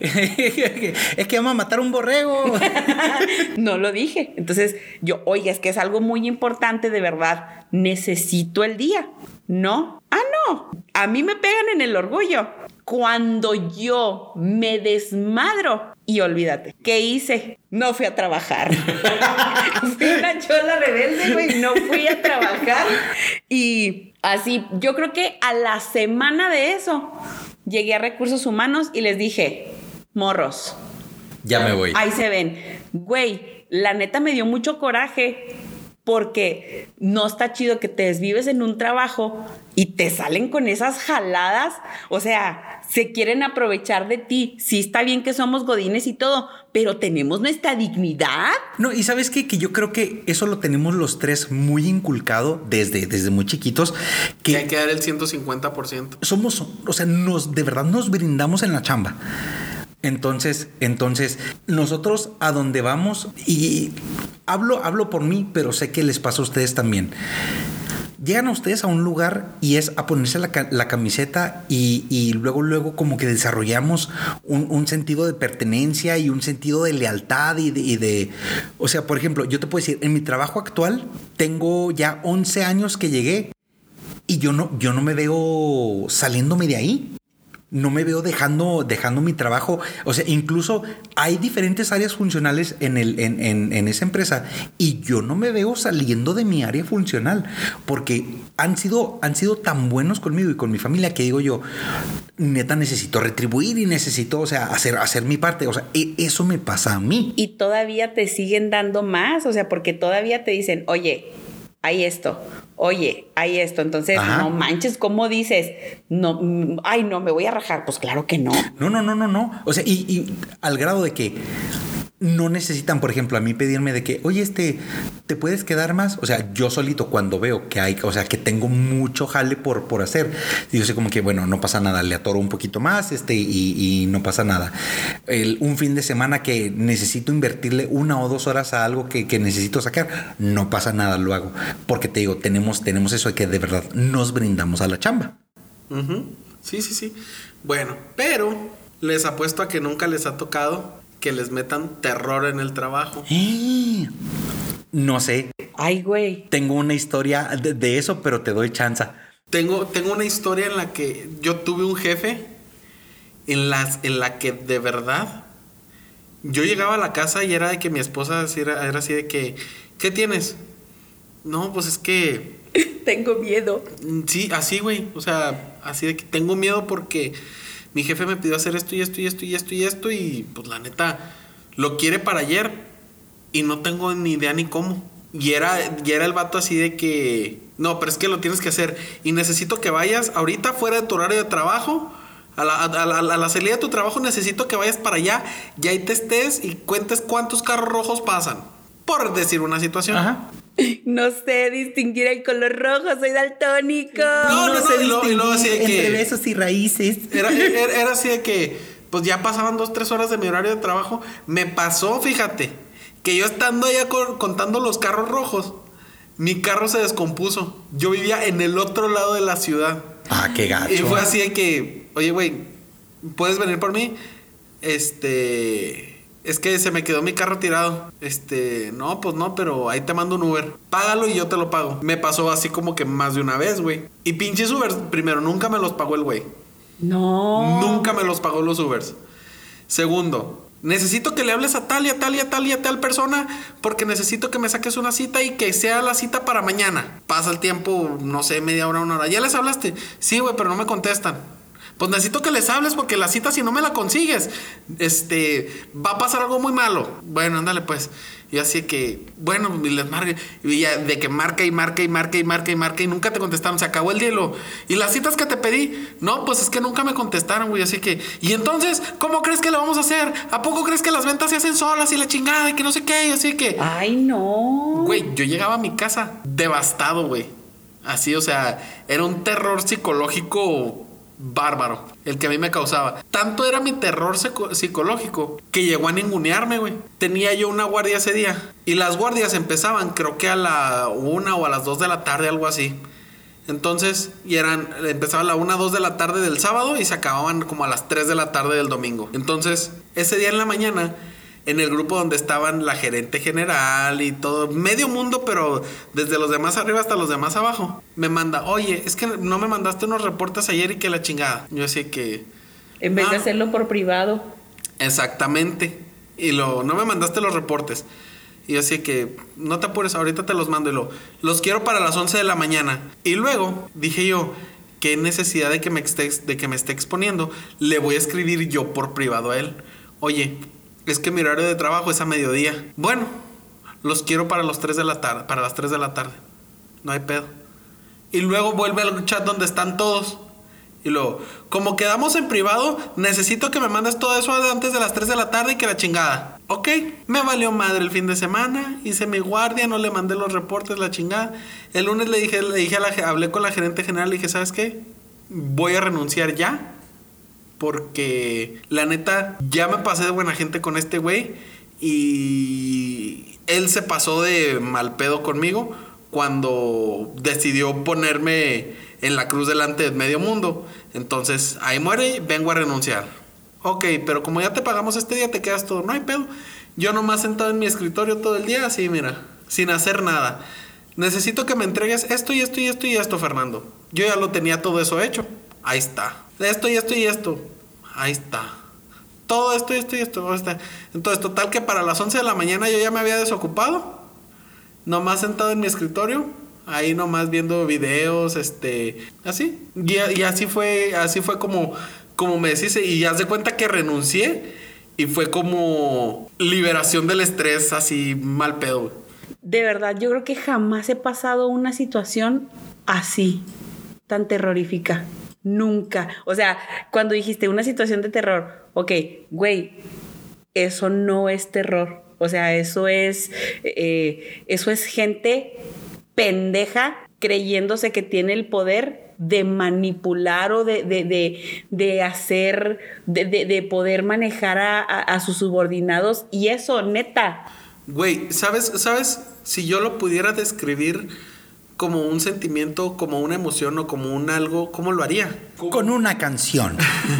Es que vamos a matar un borrego. No lo dije. Entonces yo, oye, es que es algo muy importante, de verdad. Necesito el día. No. Ah, no. A mí me pegan en el orgullo. Cuando yo me desmadro y olvídate, ¿qué hice? No fui a trabajar. Fui una chola rebelde, güey, no fui a trabajar. Y así, yo creo que a la semana de eso, llegué a Recursos Humanos y les dije, morros. Ya me voy. Ahí se ven. Güey, la neta me dio mucho coraje. Porque no está chido que te desvives en un trabajo y te salen con esas jaladas. O sea, se quieren aprovechar de ti. Sí está bien que somos godines y todo, pero tenemos nuestra dignidad. No, y ¿sabes qué? Que yo creo que eso lo tenemos los tres muy inculcado desde, desde muy chiquitos. Que, que hay que dar el ciento cincuenta por ciento. Somos, o sea, nos, de verdad nos brindamos en la chamba. Entonces, entonces, nosotros a donde vamos, y hablo, hablo por mí, pero sé que les pasa a ustedes también. Llegan a ustedes a un lugar y es a ponerse la, la camiseta y, y luego, luego como que desarrollamos un, un sentido de pertenencia y un sentido de lealtad y de, y de... O sea, por ejemplo, yo te puedo decir, en mi trabajo actual tengo ya once años que llegué y yo no, yo no me veo saliéndome de ahí. No me veo dejando, dejando mi trabajo. O sea, incluso hay diferentes áreas funcionales en, el, en, en, en esa empresa y yo no me veo saliendo de mi área funcional porque han sido, han sido tan buenos conmigo y con mi familia que digo yo, neta, necesito retribuir y necesito, o sea, hacer, hacer mi parte. O sea, eso me pasa a mí. Y todavía te siguen dando más, o sea, porque todavía te dicen, oye, hay esto, oye, hay esto. Entonces, ajá, no manches, ¿cómo dices? No, ay, no, me voy a rajar. Pues claro que no. No, no, no, no, no. O sea, y, y al grado de que no necesitan, por ejemplo, a mí pedirme de que, oye, este, ¿te puedes quedar más? O sea, yo solito cuando veo que hay, o sea, que tengo mucho jale por, por hacer, y yo sé como que, bueno, no pasa nada, le atoro un poquito más, este, y, y no pasa nada. El, un fin de semana que necesito invertirle una o dos horas a algo que, que necesito sacar, no pasa nada, lo hago. Porque te digo, tenemos, tenemos eso de que de verdad nos brindamos a la chamba. Uh-huh. Sí, sí, sí. Bueno, pero les apuesto a que nunca les ha tocado que les metan terror en el trabajo. Eh, no sé. Ay, güey. Tengo una historia de, de eso, pero te doy chance. Tengo, tengo una historia en la que yo tuve un jefe en, las, en la que de verdad yo llegaba a la casa y era de que mi esposa era, era así de que, ¿qué tienes? No, pues es que... Tengo miedo. Sí, así, güey. O sea, así de que tengo miedo porque... Mi jefe me pidió hacer esto y esto y esto y esto y esto y pues la neta lo quiere para ayer y no tengo ni idea ni cómo. Y era, y era el vato así de que no, pero es que lo tienes que hacer y necesito que vayas ahorita fuera de tu horario de trabajo, a la, a, a, a la salida de tu trabajo necesito que vayas para allá y ahí te estés y cuentes cuántos carros rojos pasan, por decir una situación. Ajá. No sé distinguir el color rojo, soy daltónico. No, no, no, no, y luego, y luego así de que... Entre besos y raíces. Era, era, era así de que, pues ya pasaban dos, tres horas de mi horario de trabajo. Me pasó, fíjate, que yo estando allá con, contando los carros rojos, mi carro se descompuso. Yo vivía en el otro lado de la ciudad. Ah, qué gacho. Y fue así de que, oye, güey, ¿puedes venir por mí? Este... Es que se me quedó mi carro tirado. Este, no, pues no, pero ahí te mando un Uber. Págalo y yo te lo pago. Me pasó así como que más de una vez, güey. Y pinches Ubers, primero, nunca me los pagó el güey. No. Nunca me los pagó los Ubers. Segundo, necesito que le hables a tal y a tal y a tal y a tal persona porque necesito que me saques una cita y que sea la cita para mañana. Pasa el tiempo, no sé, media hora, una hora. ¿Ya les hablaste? Sí, güey, pero no me contestan. Pues necesito que les hables porque la cita, si no me la consigues, este, va a pasar algo muy malo. Bueno, ándale pues. Y así que, bueno, y les marque, y ya de que marca y marca y marca y marca y marca y nunca te contestaron, se acabó el hielo. Y las citas que te pedí, no, pues es que nunca me contestaron, güey. Así que, y entonces, ¿cómo crees que le vamos a hacer? ¿A poco crees que las ventas se hacen solas y la chingada y que no sé qué? Y así que, ay, no. Güey, yo llegaba a mi casa devastado, güey. Así, o sea, era un terror psicológico bárbaro, el que a mí me causaba. Tanto era mi terror psico- psicológico que llegó a ningunearme, güey. Tenía yo una guardia ese día y las guardias empezaban creo que a la una o a las dos de la tarde, algo así. Entonces, y eran, empezaba a la una, dos de la tarde del sábado y se acababan como a las tres de la tarde del domingo. Entonces, ese día en la mañana, en el grupo donde estaban la gerente general y todo, medio mundo, pero desde los demás arriba hasta los demás abajo, me manda, oye, es que no me mandaste unos reportes ayer y que la chingada. Yo sé que... En vez ah, de hacerlo por privado. Exactamente. Y lo, no me mandaste los reportes. Y yo así que, no te apures, ahorita te los mando. Y lo, los quiero para las once de la mañana. Y luego dije yo, qué necesidad de que me esté, de que me esté exponiendo. Le voy a escribir yo por privado a él. Oye, es que mi horario de trabajo es a mediodía. Bueno, los quiero para los tres de la tarde, para las tres de la tarde. No hay pedo. Y luego vuelve al chat donde están todos. Y luego, como quedamos en privado, necesito que me mandes todo eso antes de las tres de la tarde y que la chingada. Ok, me valió madre el fin de semana, hice mi guardia, no le mandé los reportes, la chingada. El lunes le dije, le dije a la, hablé con la gerente general, le dije, ¿sabes qué? Voy a renunciar ya. Porque la neta, ya me pasé de buena gente con este güey. Y él se pasó de mal pedo conmigo cuando decidió ponerme en la cruz delante de medio mundo. Entonces, ahí muere, vengo a renunciar. Ok, pero como ya te pagamos este día, te quedas todo. No hay pedo. Yo nomás sentado en mi escritorio todo el día, así, mira, sin hacer nada. Necesito que me entregues esto y esto y esto y esto, Fernando. Yo ya lo tenía todo eso hecho. Ahí está. Esto y esto y esto. Ahí está. Todo esto y esto y esto. Entonces, total que para las once de la mañana yo ya me había desocupado. Nomás sentado en mi escritorio. Ahí nomás viendo videos, este... Así. Y, y así fue, así fue como, como me decís. Y ya se cuenta que renuncié. Y fue como liberación del estrés, así mal pedo. De verdad, yo creo que jamás he pasado una situación así, tan terrorífica. Nunca. O sea, cuando dijiste una situación de terror, ok, güey, eso no es terror. O sea, eso es, eh, eso es gente pendeja creyéndose que tiene el poder de manipular o de, de, de, de hacer, de, de, de poder manejar a, a, a sus subordinados. Y eso, neta. Güey, ¿sabes? ¿Sabes? Si yo lo pudiera describir como un sentimiento, como una emoción o como un algo, ¿cómo lo haría? Con una canción.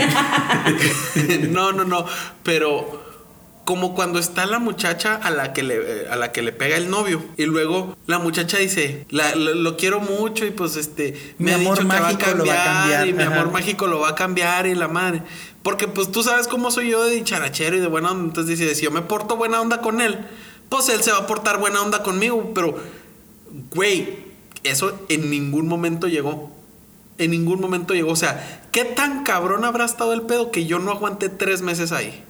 No, no, no. Pero como cuando está la muchacha a la que le, a la que le pega el novio. Y luego la muchacha dice, la, lo, lo quiero mucho y pues este... Mi me ha amor dicho que va a mágico cambiar, lo va a cambiar. y mi Ajá. amor mágico lo va a cambiar y la madre. Porque pues tú sabes cómo soy yo de dicharachero y de buena onda. Entonces dice, si yo me porto buena onda con él, pues él se va a portar buena onda conmigo. Pero, güey, eso en ningún momento llegó. En ningún momento llegó. O sea, ¿qué tan cabrón habrá estado el pedo que yo no aguanté tres meses ahí?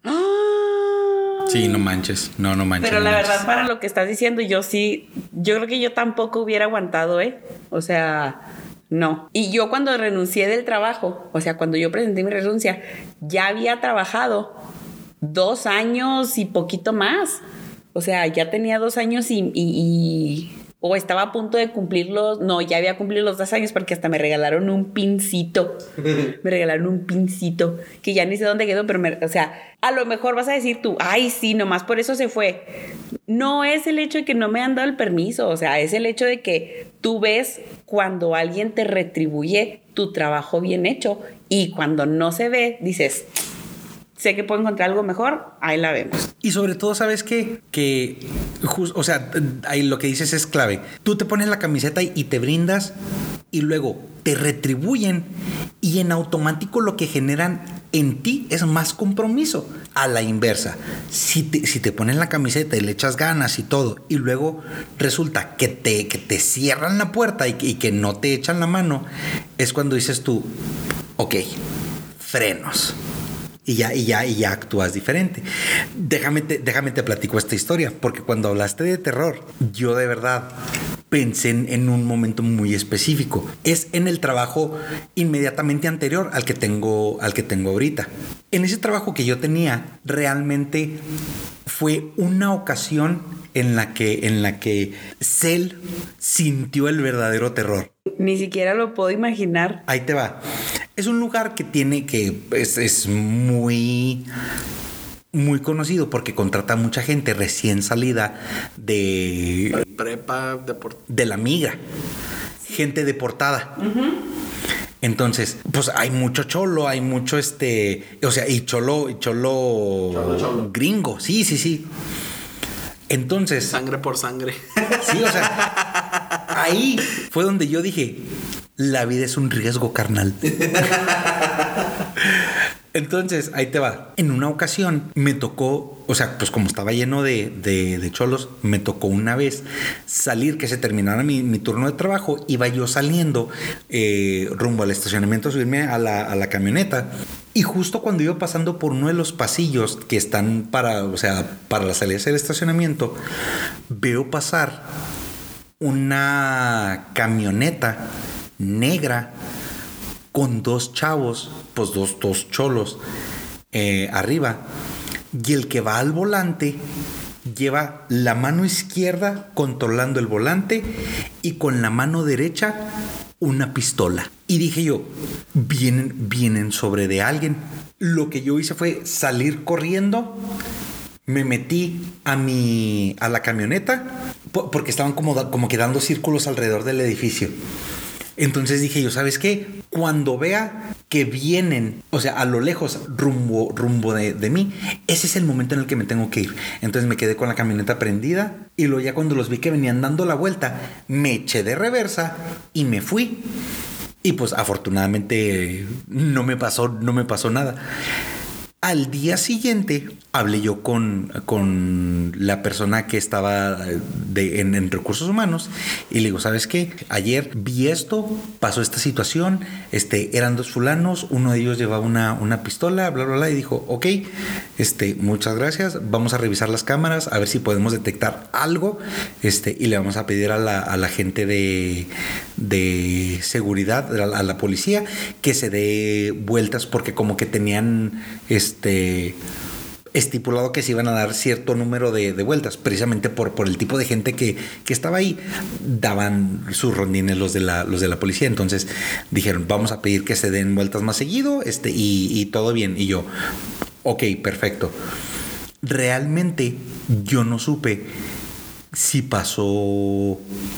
Sí, no manches. No, no manches. Pero no la manches. verdad, para lo que estás diciendo, yo sí, yo creo que yo tampoco hubiera aguantado, ¿eh? O sea, no. Y yo cuando renuncié del trabajo, o sea, cuando yo presenté mi renuncia, ya había trabajado dos años y poquito más. O sea, ya tenía dos años y... y, y o estaba a punto de cumplirlos. No, ya había cumplido los dos años porque hasta me regalaron un pincito. Me regalaron un pincito que ya ni sé dónde quedó, pero me, o sea, a lo mejor vas a decir tú, ay, sí, nomás por eso se fue. No es el hecho de que no me han dado el permiso, o sea, es el hecho de que tú ves cuando alguien te retribuye tu trabajo bien hecho y cuando no se ve, dices, sé que puedo encontrar algo mejor, ahí la vemos. Y sobre todo, ¿sabes qué? Que, just, o sea, ahí lo que dices es clave. Tú te pones la camiseta y, y te brindas y luego te retribuyen y en automático lo que generan en ti es más compromiso. A la inversa, si te, si te pones la camiseta y le echas ganas y todo y luego resulta que te, que te cierran la puerta y, y que no te echan la mano, es cuando dices tú, ok, frenos. Y ya, y ya, y ya actúas diferente. Déjame te, déjame te platico esta historia, porque cuando hablaste de terror, yo de verdad pensé en, en un momento muy específico. Es en el trabajo inmediatamente anterior al que tengo, al que tengo ahorita. En ese trabajo que yo tenía, realmente fue una ocasión en la que, en la que Cell sintió el verdadero terror. Ni siquiera lo puedo imaginar. Ahí te va. Es un lugar que tiene que es, es muy muy conocido porque contrata a mucha gente recién salida de prepa, deport- de la migra, gente deportada. Uh-huh. Entonces, pues hay mucho cholo, hay mucho este, o sea, y cholo, y cholo, cholo, cholo. gringo, sí, sí, sí. Entonces, sangre por sangre. Sí, o sea, ahí fue donde yo dije, la vida es un riesgo, carnal. Entonces, ahí te va. En una ocasión me tocó, o sea, pues como estaba lleno de, de, de cholos, me tocó una vez salir, que se terminara mi, mi turno de trabajo. Iba yo saliendo eh, rumbo al estacionamiento, subirme a la, a la camioneta. Y justo cuando iba pasando por uno de los pasillos que están para, o sea, para las salidas del estacionamiento, veo pasar una camioneta negra con dos chavos, pues dos, dos cholos eh, arriba. Y el que va al volante lleva la mano izquierda controlando el volante y con la mano derecha una pistola. Y dije yo, vienen, vienen sobre de alguien. Lo que yo hice fue salir corriendo. Me metí a mi a la camioneta porque estaban como, como que dando círculos alrededor del edificio. Entonces dije yo, ¿sabes qué? Cuando vea que vienen, o sea, a lo lejos, rumbo, rumbo de, de mí, ese es el momento en el que me tengo que ir. Entonces me quedé con la camioneta prendida y luego ya cuando los vi que venían dando la vuelta, me eché de reversa y me fui. Y pues afortunadamente no me pasó, no me pasó nada. Al día siguiente hablé yo con, con la persona que estaba de, en, en recursos humanos y le digo, ¿sabes qué? Ayer vi esto, pasó esta situación, este, eran dos fulanos, uno de ellos llevaba una, una pistola, bla, bla, bla, y dijo, ok, este, muchas gracias, vamos a revisar las cámaras, a ver si podemos detectar algo, este, y le vamos a pedir a la, a la gente de, de seguridad, a la, a la policía, que se dé vueltas porque como que tenían... Este, estipulado que se iban a dar cierto número de, de vueltas, precisamente por, por el tipo de gente que, que estaba ahí. Daban sus rondines los de la, los de la policía. Entonces dijeron, vamos a pedir que se den vueltas más seguido, este, y, y todo bien. Y yo, ok, perfecto. Realmente yo no supe si pasó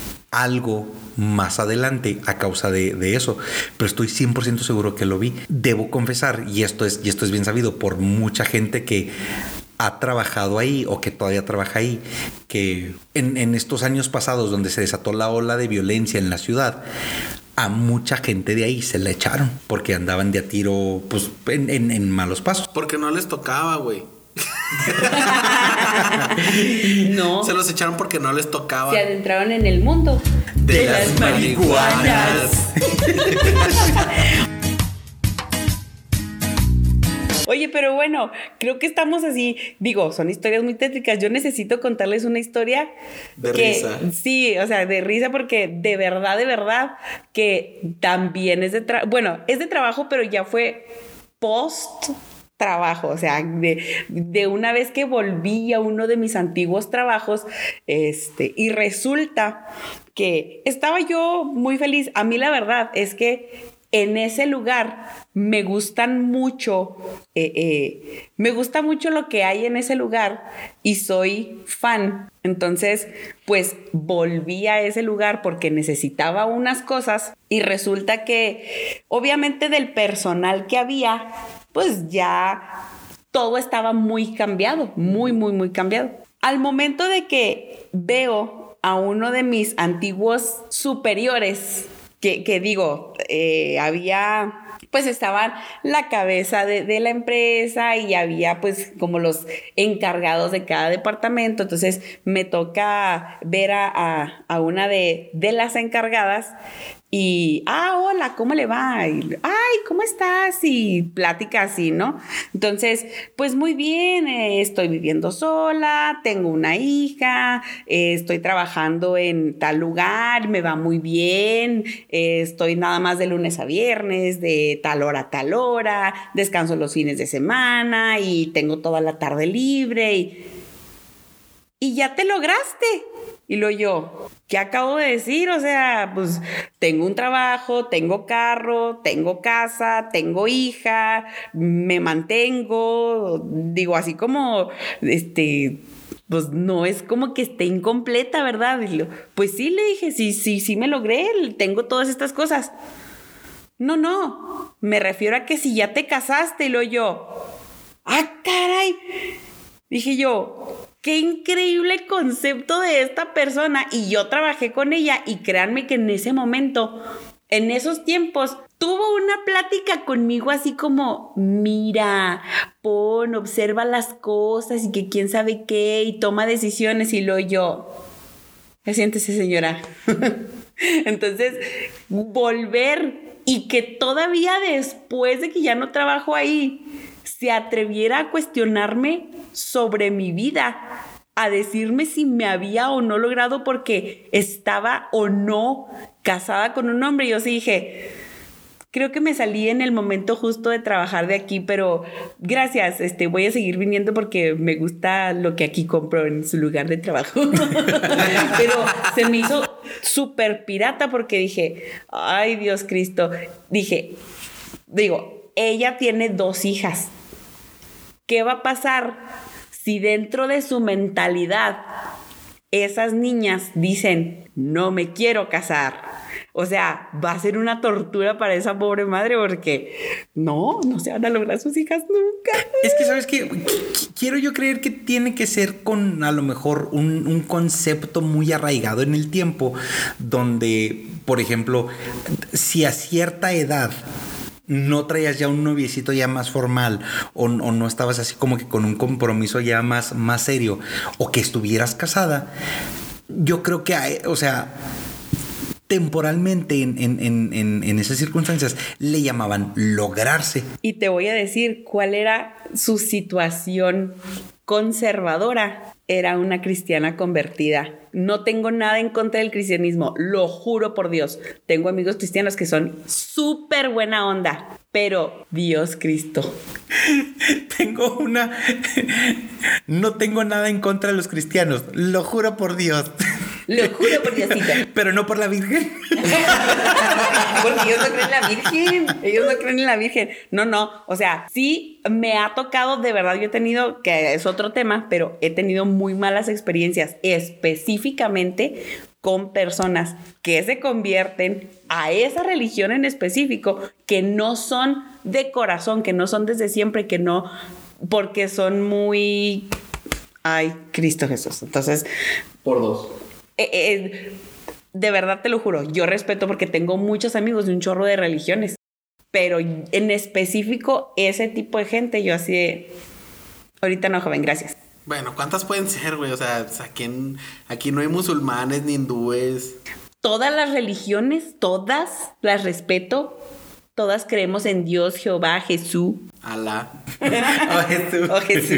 algo más adelante a causa de, de eso, pero estoy cien por ciento seguro que lo vi. Debo confesar, y esto es, y esto es bien sabido por mucha gente que ha trabajado ahí o que todavía trabaja ahí, que en, en estos años pasados donde se desató la ola de violencia en la ciudad, a mucha gente de ahí se la echaron porque andaban de a tiro, pues en, en, en malos pasos. Porque no les tocaba, güey. No. Se los echaron porque no les tocaba. Se adentraron en el mundo de, de las, las marihuanas. Oye, pero bueno, creo que estamos así. Digo, son historias muy tétricas. Yo necesito contarles una historia de que, risa. Sí, o sea, de risa porque de verdad, de verdad, que también es de trabajo. Bueno, es de trabajo, pero ya fue post trabajo, o sea, de, de una vez que volví a uno de mis antiguos trabajos, este, y resulta que estaba yo muy feliz. A mí la verdad es que en ese lugar me gustan mucho, eh, eh, me gusta mucho lo que hay en ese lugar y soy fan. Entonces, pues volví a ese lugar porque necesitaba unas cosas y resulta que obviamente del personal que había, pues ya todo estaba muy cambiado, muy, muy, muy cambiado. Al momento de que veo a uno de mis antiguos superiores, que, que digo, eh, había, pues estaban la cabeza de, de la empresa y había pues como los encargados de cada departamento. Entonces me toca ver a, a, a una de, de las encargadas Y, ah, hola, ¿cómo le va? Y, ay, ¿cómo estás? Y plática así, ¿no? Entonces, pues muy bien, eh, estoy viviendo sola, tengo una hija, eh, estoy trabajando en tal lugar, me va muy bien, eh, estoy nada más de lunes a viernes, de tal hora a tal hora, descanso los fines de semana y tengo toda la tarde libre y, y ya te lograste. Y lo yo, ¿qué acabo de decir? O sea, pues tengo un trabajo, tengo carro, tengo casa, tengo hija, me mantengo, digo, así como, este, pues no es como que esté incompleta, ¿verdad? Y lo, pues sí, le dije, sí, sí, sí me logré, tengo todas estas cosas. No, no, me refiero a que si ya te casaste, y lo yo, ¡ah, caray! Dije yo, qué increíble concepto de esta persona. Y yo trabajé con ella y créanme que en ese momento, en esos tiempos, tuvo una plática conmigo así como, mira, pon, observa las cosas y que quién sabe qué y toma decisiones. Y luego yo, ya siéntese, señora. Entonces, volver y que todavía después de que ya no trabajo ahí, se atreviera a cuestionarme sobre mi vida, a decirme si me había o no logrado porque estaba o no casada con un hombre. Yo sí dije, creo que me salí en el momento justo de trabajar de aquí, pero gracias, este, voy a seguir viniendo porque me gusta lo que aquí compro en su lugar de trabajo. Pero se me hizo súper pirata porque dije, ay, Dios Cristo, dije, digo, ella tiene dos hijas. ¿Qué va a pasar si dentro de su mentalidad esas niñas dicen, no me quiero casar? O sea, va a ser una tortura para esa pobre madre porque no, no se van a lograr sus hijas nunca. Es que, ¿sabes qué? Quiero yo creer que tiene que ser con a lo mejor un, un concepto muy arraigado en el tiempo donde, por ejemplo, si a cierta edad no traías ya un noviecito ya más formal o, o no estabas así como que con un compromiso ya más, más serio o que estuvieras casada, yo creo que, hay, o sea, temporalmente en, en, en, en esas circunstancias le llamaban lograrse. Y te voy a decir cuál era su situación conservadora. Era una cristiana convertida. No tengo nada en contra del cristianismo, lo juro por Dios. Tengo amigos cristianos que son súper buena onda, pero Dios Cristo. Tengo una... No tengo nada en contra de los cristianos, lo juro por Dios. Lo juro por Diosito. Pero no por la Virgen. Porque ellos no creen en la Virgen. Ellos no creen en la Virgen. No, no. O sea, sí me ha tocado, de verdad, yo he tenido, que es otro tema, pero he tenido muy malas experiencias, específicamente con personas que se convierten a esa religión en específico, que no son de corazón, que no son desde siempre, que no, porque son muy... Ay, Cristo Jesús. Entonces... Por dos. Eh, eh, de verdad te lo juro, yo respeto porque tengo muchos amigos de un chorro de religiones, pero en específico ese tipo de gente, yo así de, ahorita no, joven, gracias. Bueno, ¿cuántas pueden ser, güey? O sea, aquí, en, aquí no hay musulmanes ni hindúes. Todas las religiones, todas las respeto, todas creemos en Dios, Jehová, Jesús. Alá. Oh, Jesús. Oh, Jesús.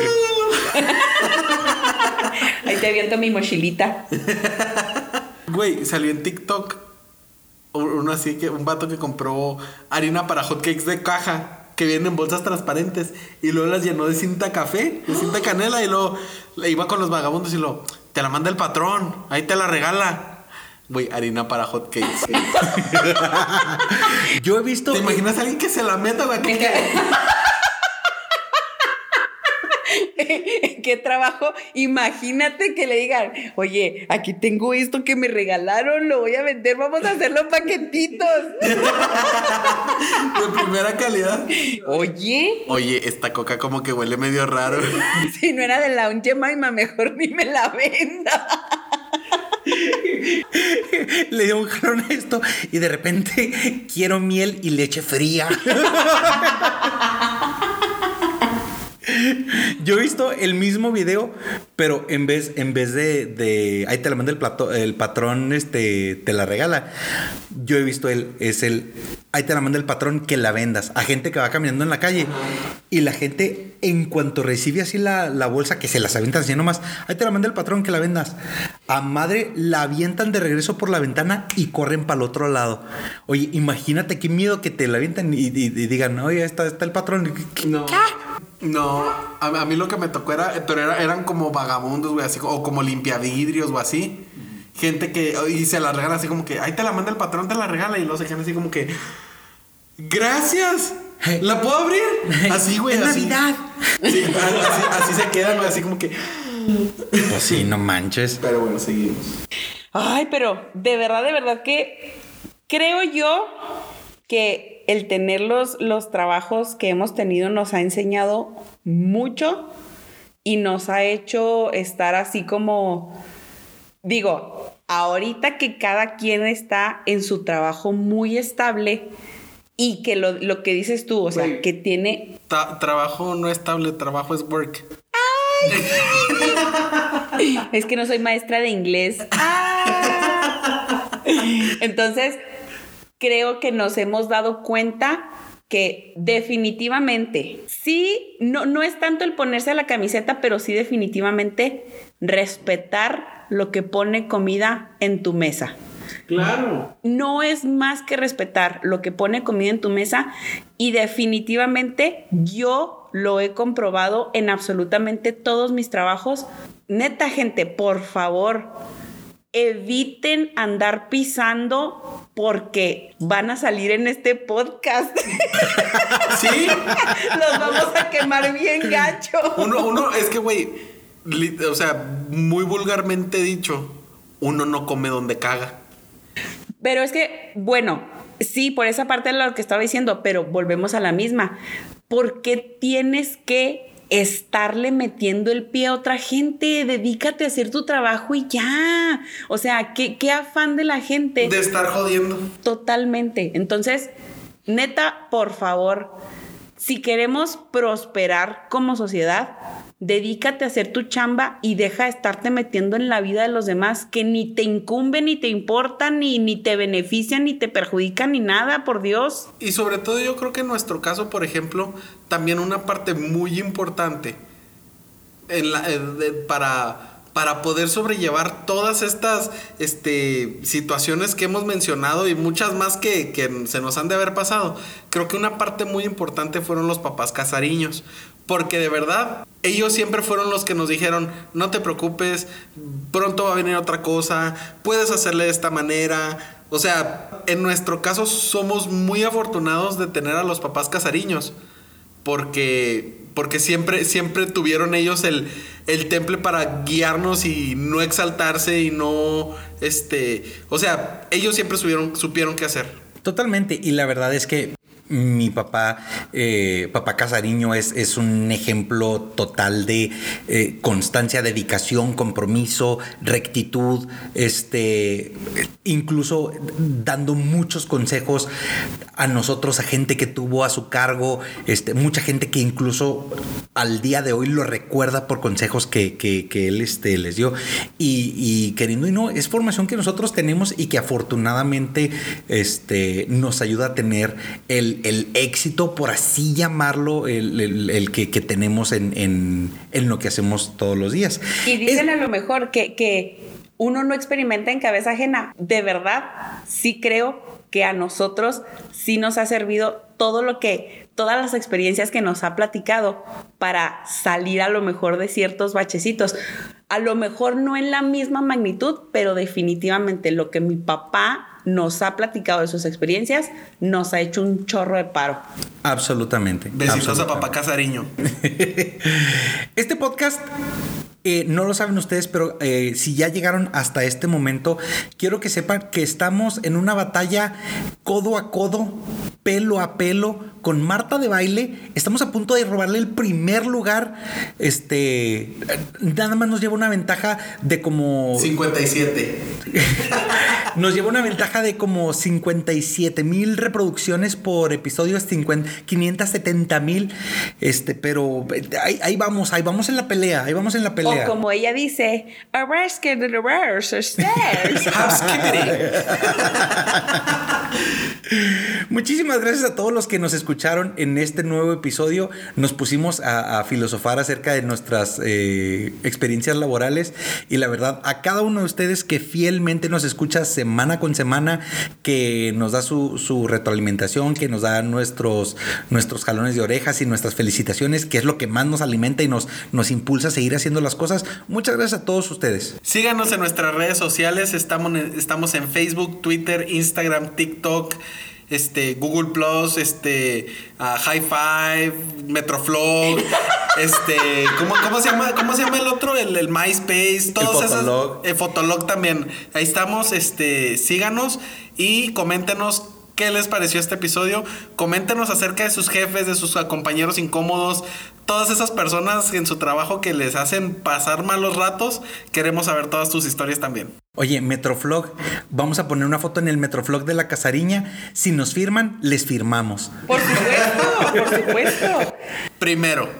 Ahí te aviento mi mochilita. Güey, salió en TikTok uno así que un vato que compró harina para hotcakes de caja que vienen en bolsas transparentes y luego las llenó de cinta café, de cinta canela y luego le iba con los vagabundos y lo te la manda el patrón, ahí te la regala. Güey, harina para hotcakes. Yo he visto. ¿Te imaginas a alguien que se la meta, güey? ¿Qué trabajo? Imagínate que le digan, oye, aquí tengo esto que me regalaron, lo voy a vender, vamos a hacerlo en paquetitos. De primera calidad. Oye. Oye, esta coca como que huele medio raro. Si no era de la Unche Maima, mejor ni me la venda. Le dio un jalón a esto y de repente quiero miel y leche fría. Yo he visto el mismo video, pero en vez, en vez de, de ahí te la manda el, plato, el patrón, este, te la regala. Yo he visto el, es el, ahí te la manda el patrón que la vendas a gente que va caminando en la calle. Y la gente, en cuanto recibe así la, la bolsa, que se las avientan así nomás, ahí te la manda el patrón que la vendas. A madre la avientan de regreso por la ventana y corren para el otro lado. Oye, imagínate qué miedo que te la avientan y, y, y digan, oye, está, está el patrón. No. No, a, a mí lo que me tocó era, pero era, eran como vagabundos, güey, así, o como limpiavidrios o así. Gente que, y se la regala así como que, ahí te la manda el patrón, te la regala, y luego se quedan así como que, gracias, ¿la puedo abrir? Así, güey, es así. Navidad. Sí, así, así se quedan, güey, así como que. Pues sí, no manches. Pero bueno, seguimos. Ay, pero de verdad, de verdad que creo yo que el tener los, los trabajos que hemos tenido nos ha enseñado mucho y nos ha hecho estar así como, digo, ahorita que cada quien está en su trabajo muy estable y que lo, lo que dices tú, o sea, Wey. que tiene... Ta- trabajo no estable, trabajo es work. Es que no soy maestra de inglés. Entonces, creo que nos hemos dado cuenta que definitivamente, sí, no, no es tanto el ponerse la camiseta, pero sí definitivamente respetar lo que pone comida en tu mesa. Claro. No es más que respetar lo que pone comida en tu mesa y definitivamente yo lo he comprobado en absolutamente todos mis trabajos. Neta, gente, por favor, eviten andar pisando porque van a salir en este podcast. Sí. Los vamos a quemar bien gacho. Uno, uno, es que, güey, li- o sea, muy vulgarmente dicho, uno no come donde caga. Pero es que, bueno, sí, por esa parte de lo que estaba diciendo, pero volvemos a la misma. ¿Por qué tienes que estarle metiendo el pie a otra gente? Dedícate a hacer tu trabajo y ya. O sea, ¿qué, qué afán de la gente? De estar jodiendo. Totalmente. Entonces, neta, por favor, si queremos prosperar como sociedad, dedícate a hacer tu chamba y deja de estarte metiendo en la vida de los demás que ni te incumbe, ni te importa, ni, ni te benefician, ni te perjudican, ni nada, por Dios. Y sobre todo yo creo que en nuestro caso, por ejemplo, también una parte muy importante en la, eh, de, para, para poder sobrellevar todas estas este, situaciones que hemos mencionado y muchas más que, que se nos han de haber pasado, creo que una parte muy importante fueron los papás casariños. Porque de verdad, ellos siempre fueron los que nos dijeron, no te preocupes, pronto va a venir otra cosa, puedes hacerle de esta manera. O sea, en nuestro caso somos muy afortunados de tener a los papás casariños. Porque, porque siempre, siempre tuvieron ellos el, el temple para guiarnos y no exaltarse y no, este... O sea, ellos siempre supieron, supieron qué hacer. Totalmente, y la verdad es que mi papá, eh, papá Casariño, es, es un ejemplo total de eh, constancia, dedicación, compromiso, rectitud, este, incluso dando muchos consejos a nosotros, a gente que tuvo a su cargo, este, mucha gente que incluso al día de hoy lo recuerda por consejos que, que, que él este, les dio. Y, y queriendo y no, es formación que nosotros tenemos y que afortunadamente este, nos ayuda a tener el el éxito, por así llamarlo, el, el, el que, que tenemos en, en, en lo que hacemos todos los días. Y dicen es, a lo mejor que, que uno no experimenta en cabeza ajena. De verdad, sí creo que a nosotros sí nos ha servido todo lo que, todas las experiencias que nos ha platicado para salir a lo mejor de ciertos bachecitos. A lo mejor no en la misma magnitud, pero definitivamente lo que mi papá nos ha platicado de sus experiencias nos ha hecho un chorro de paro. Absolutamente. Besitos absolutamente. a papá Casariño. Este podcast, eh, no lo saben ustedes, pero eh, si ya llegaron hasta este momento, quiero que sepan que estamos en una batalla codo a codo, pelo a pelo, con Marta de Baile. Estamos a punto de robarle el primer lugar. Este, nada más nos lleva una ventaja de como cincuenta y siete. nos lleva una ventaja de como cincuenta y siete mil reproducciones por episodio, quinientos setenta mil. Este, pero ahí, ahí vamos, ahí vamos en la pelea, ahí vamos en la pelea. O como ella dice, muchísimas gracias a todos los que nos escucharon en este nuevo episodio. Nos pusimos a, a filosofar acerca de nuestras eh, experiencias laborales y la verdad a cada uno de ustedes que fielmente nos escucha semana con semana, que nos da su, su retroalimentación, que nos da nuestros, nuestros jalones de orejas y nuestras felicitaciones, que es lo que más nos alimenta y nos, nos impulsa a seguir haciendo las cosas. Muchas gracias a todos ustedes. Síganos en nuestras redes sociales. Estamos en, estamos en Facebook, Twitter, Instagram, TikTok, este, Google Plus, este, uh, High Five, Metroflog, este, ¿cómo, cómo se llama? ¿Cómo se llama el otro? El, el MySpace, todos esos. Fotolog. El Fotolog también. Ahí estamos, este, síganos y coméntenos qué les pareció este episodio. Coméntenos acerca de sus jefes, de sus compañeros incómodos, todas esas personas en su trabajo que les hacen pasar malos ratos. Queremos saber todas tus historias también. Oye, Metroflog, vamos a poner una foto en el Metroflog de la Casariña. Si nos firman, les firmamos. Por supuesto, por supuesto. Primero.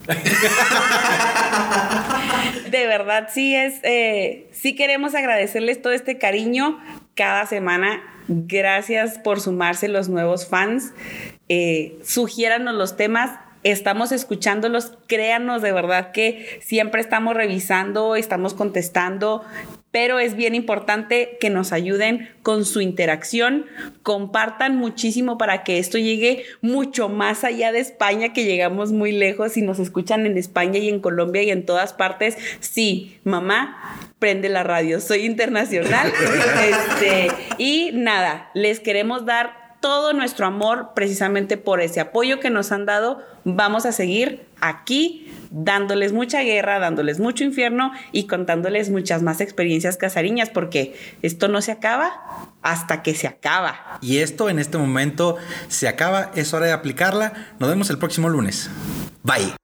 De verdad, sí es, eh, sí queremos agradecerles todo este cariño cada semana. Gracias por sumarse los nuevos fans. Eh, sugiéranos los temas. Estamos escuchándolos, créanos de verdad que siempre estamos revisando, estamos contestando, pero es bien importante que nos ayuden con su interacción, compartan muchísimo para que esto llegue mucho más allá de España, que llegamos muy lejos y nos escuchan en España y en Colombia y en todas partes. Sí, mamá, prende la radio, soy internacional. este, y nada, les queremos dar todo nuestro amor precisamente por ese apoyo que nos han dado. Vamos a seguir aquí dándoles mucha guerra, dándoles mucho infierno y contándoles muchas más experiencias casariñas, porque esto no se acaba hasta que se acaba. Y esto en este momento se acaba, es hora de aplicarla. Nos vemos el próximo lunes. Bye.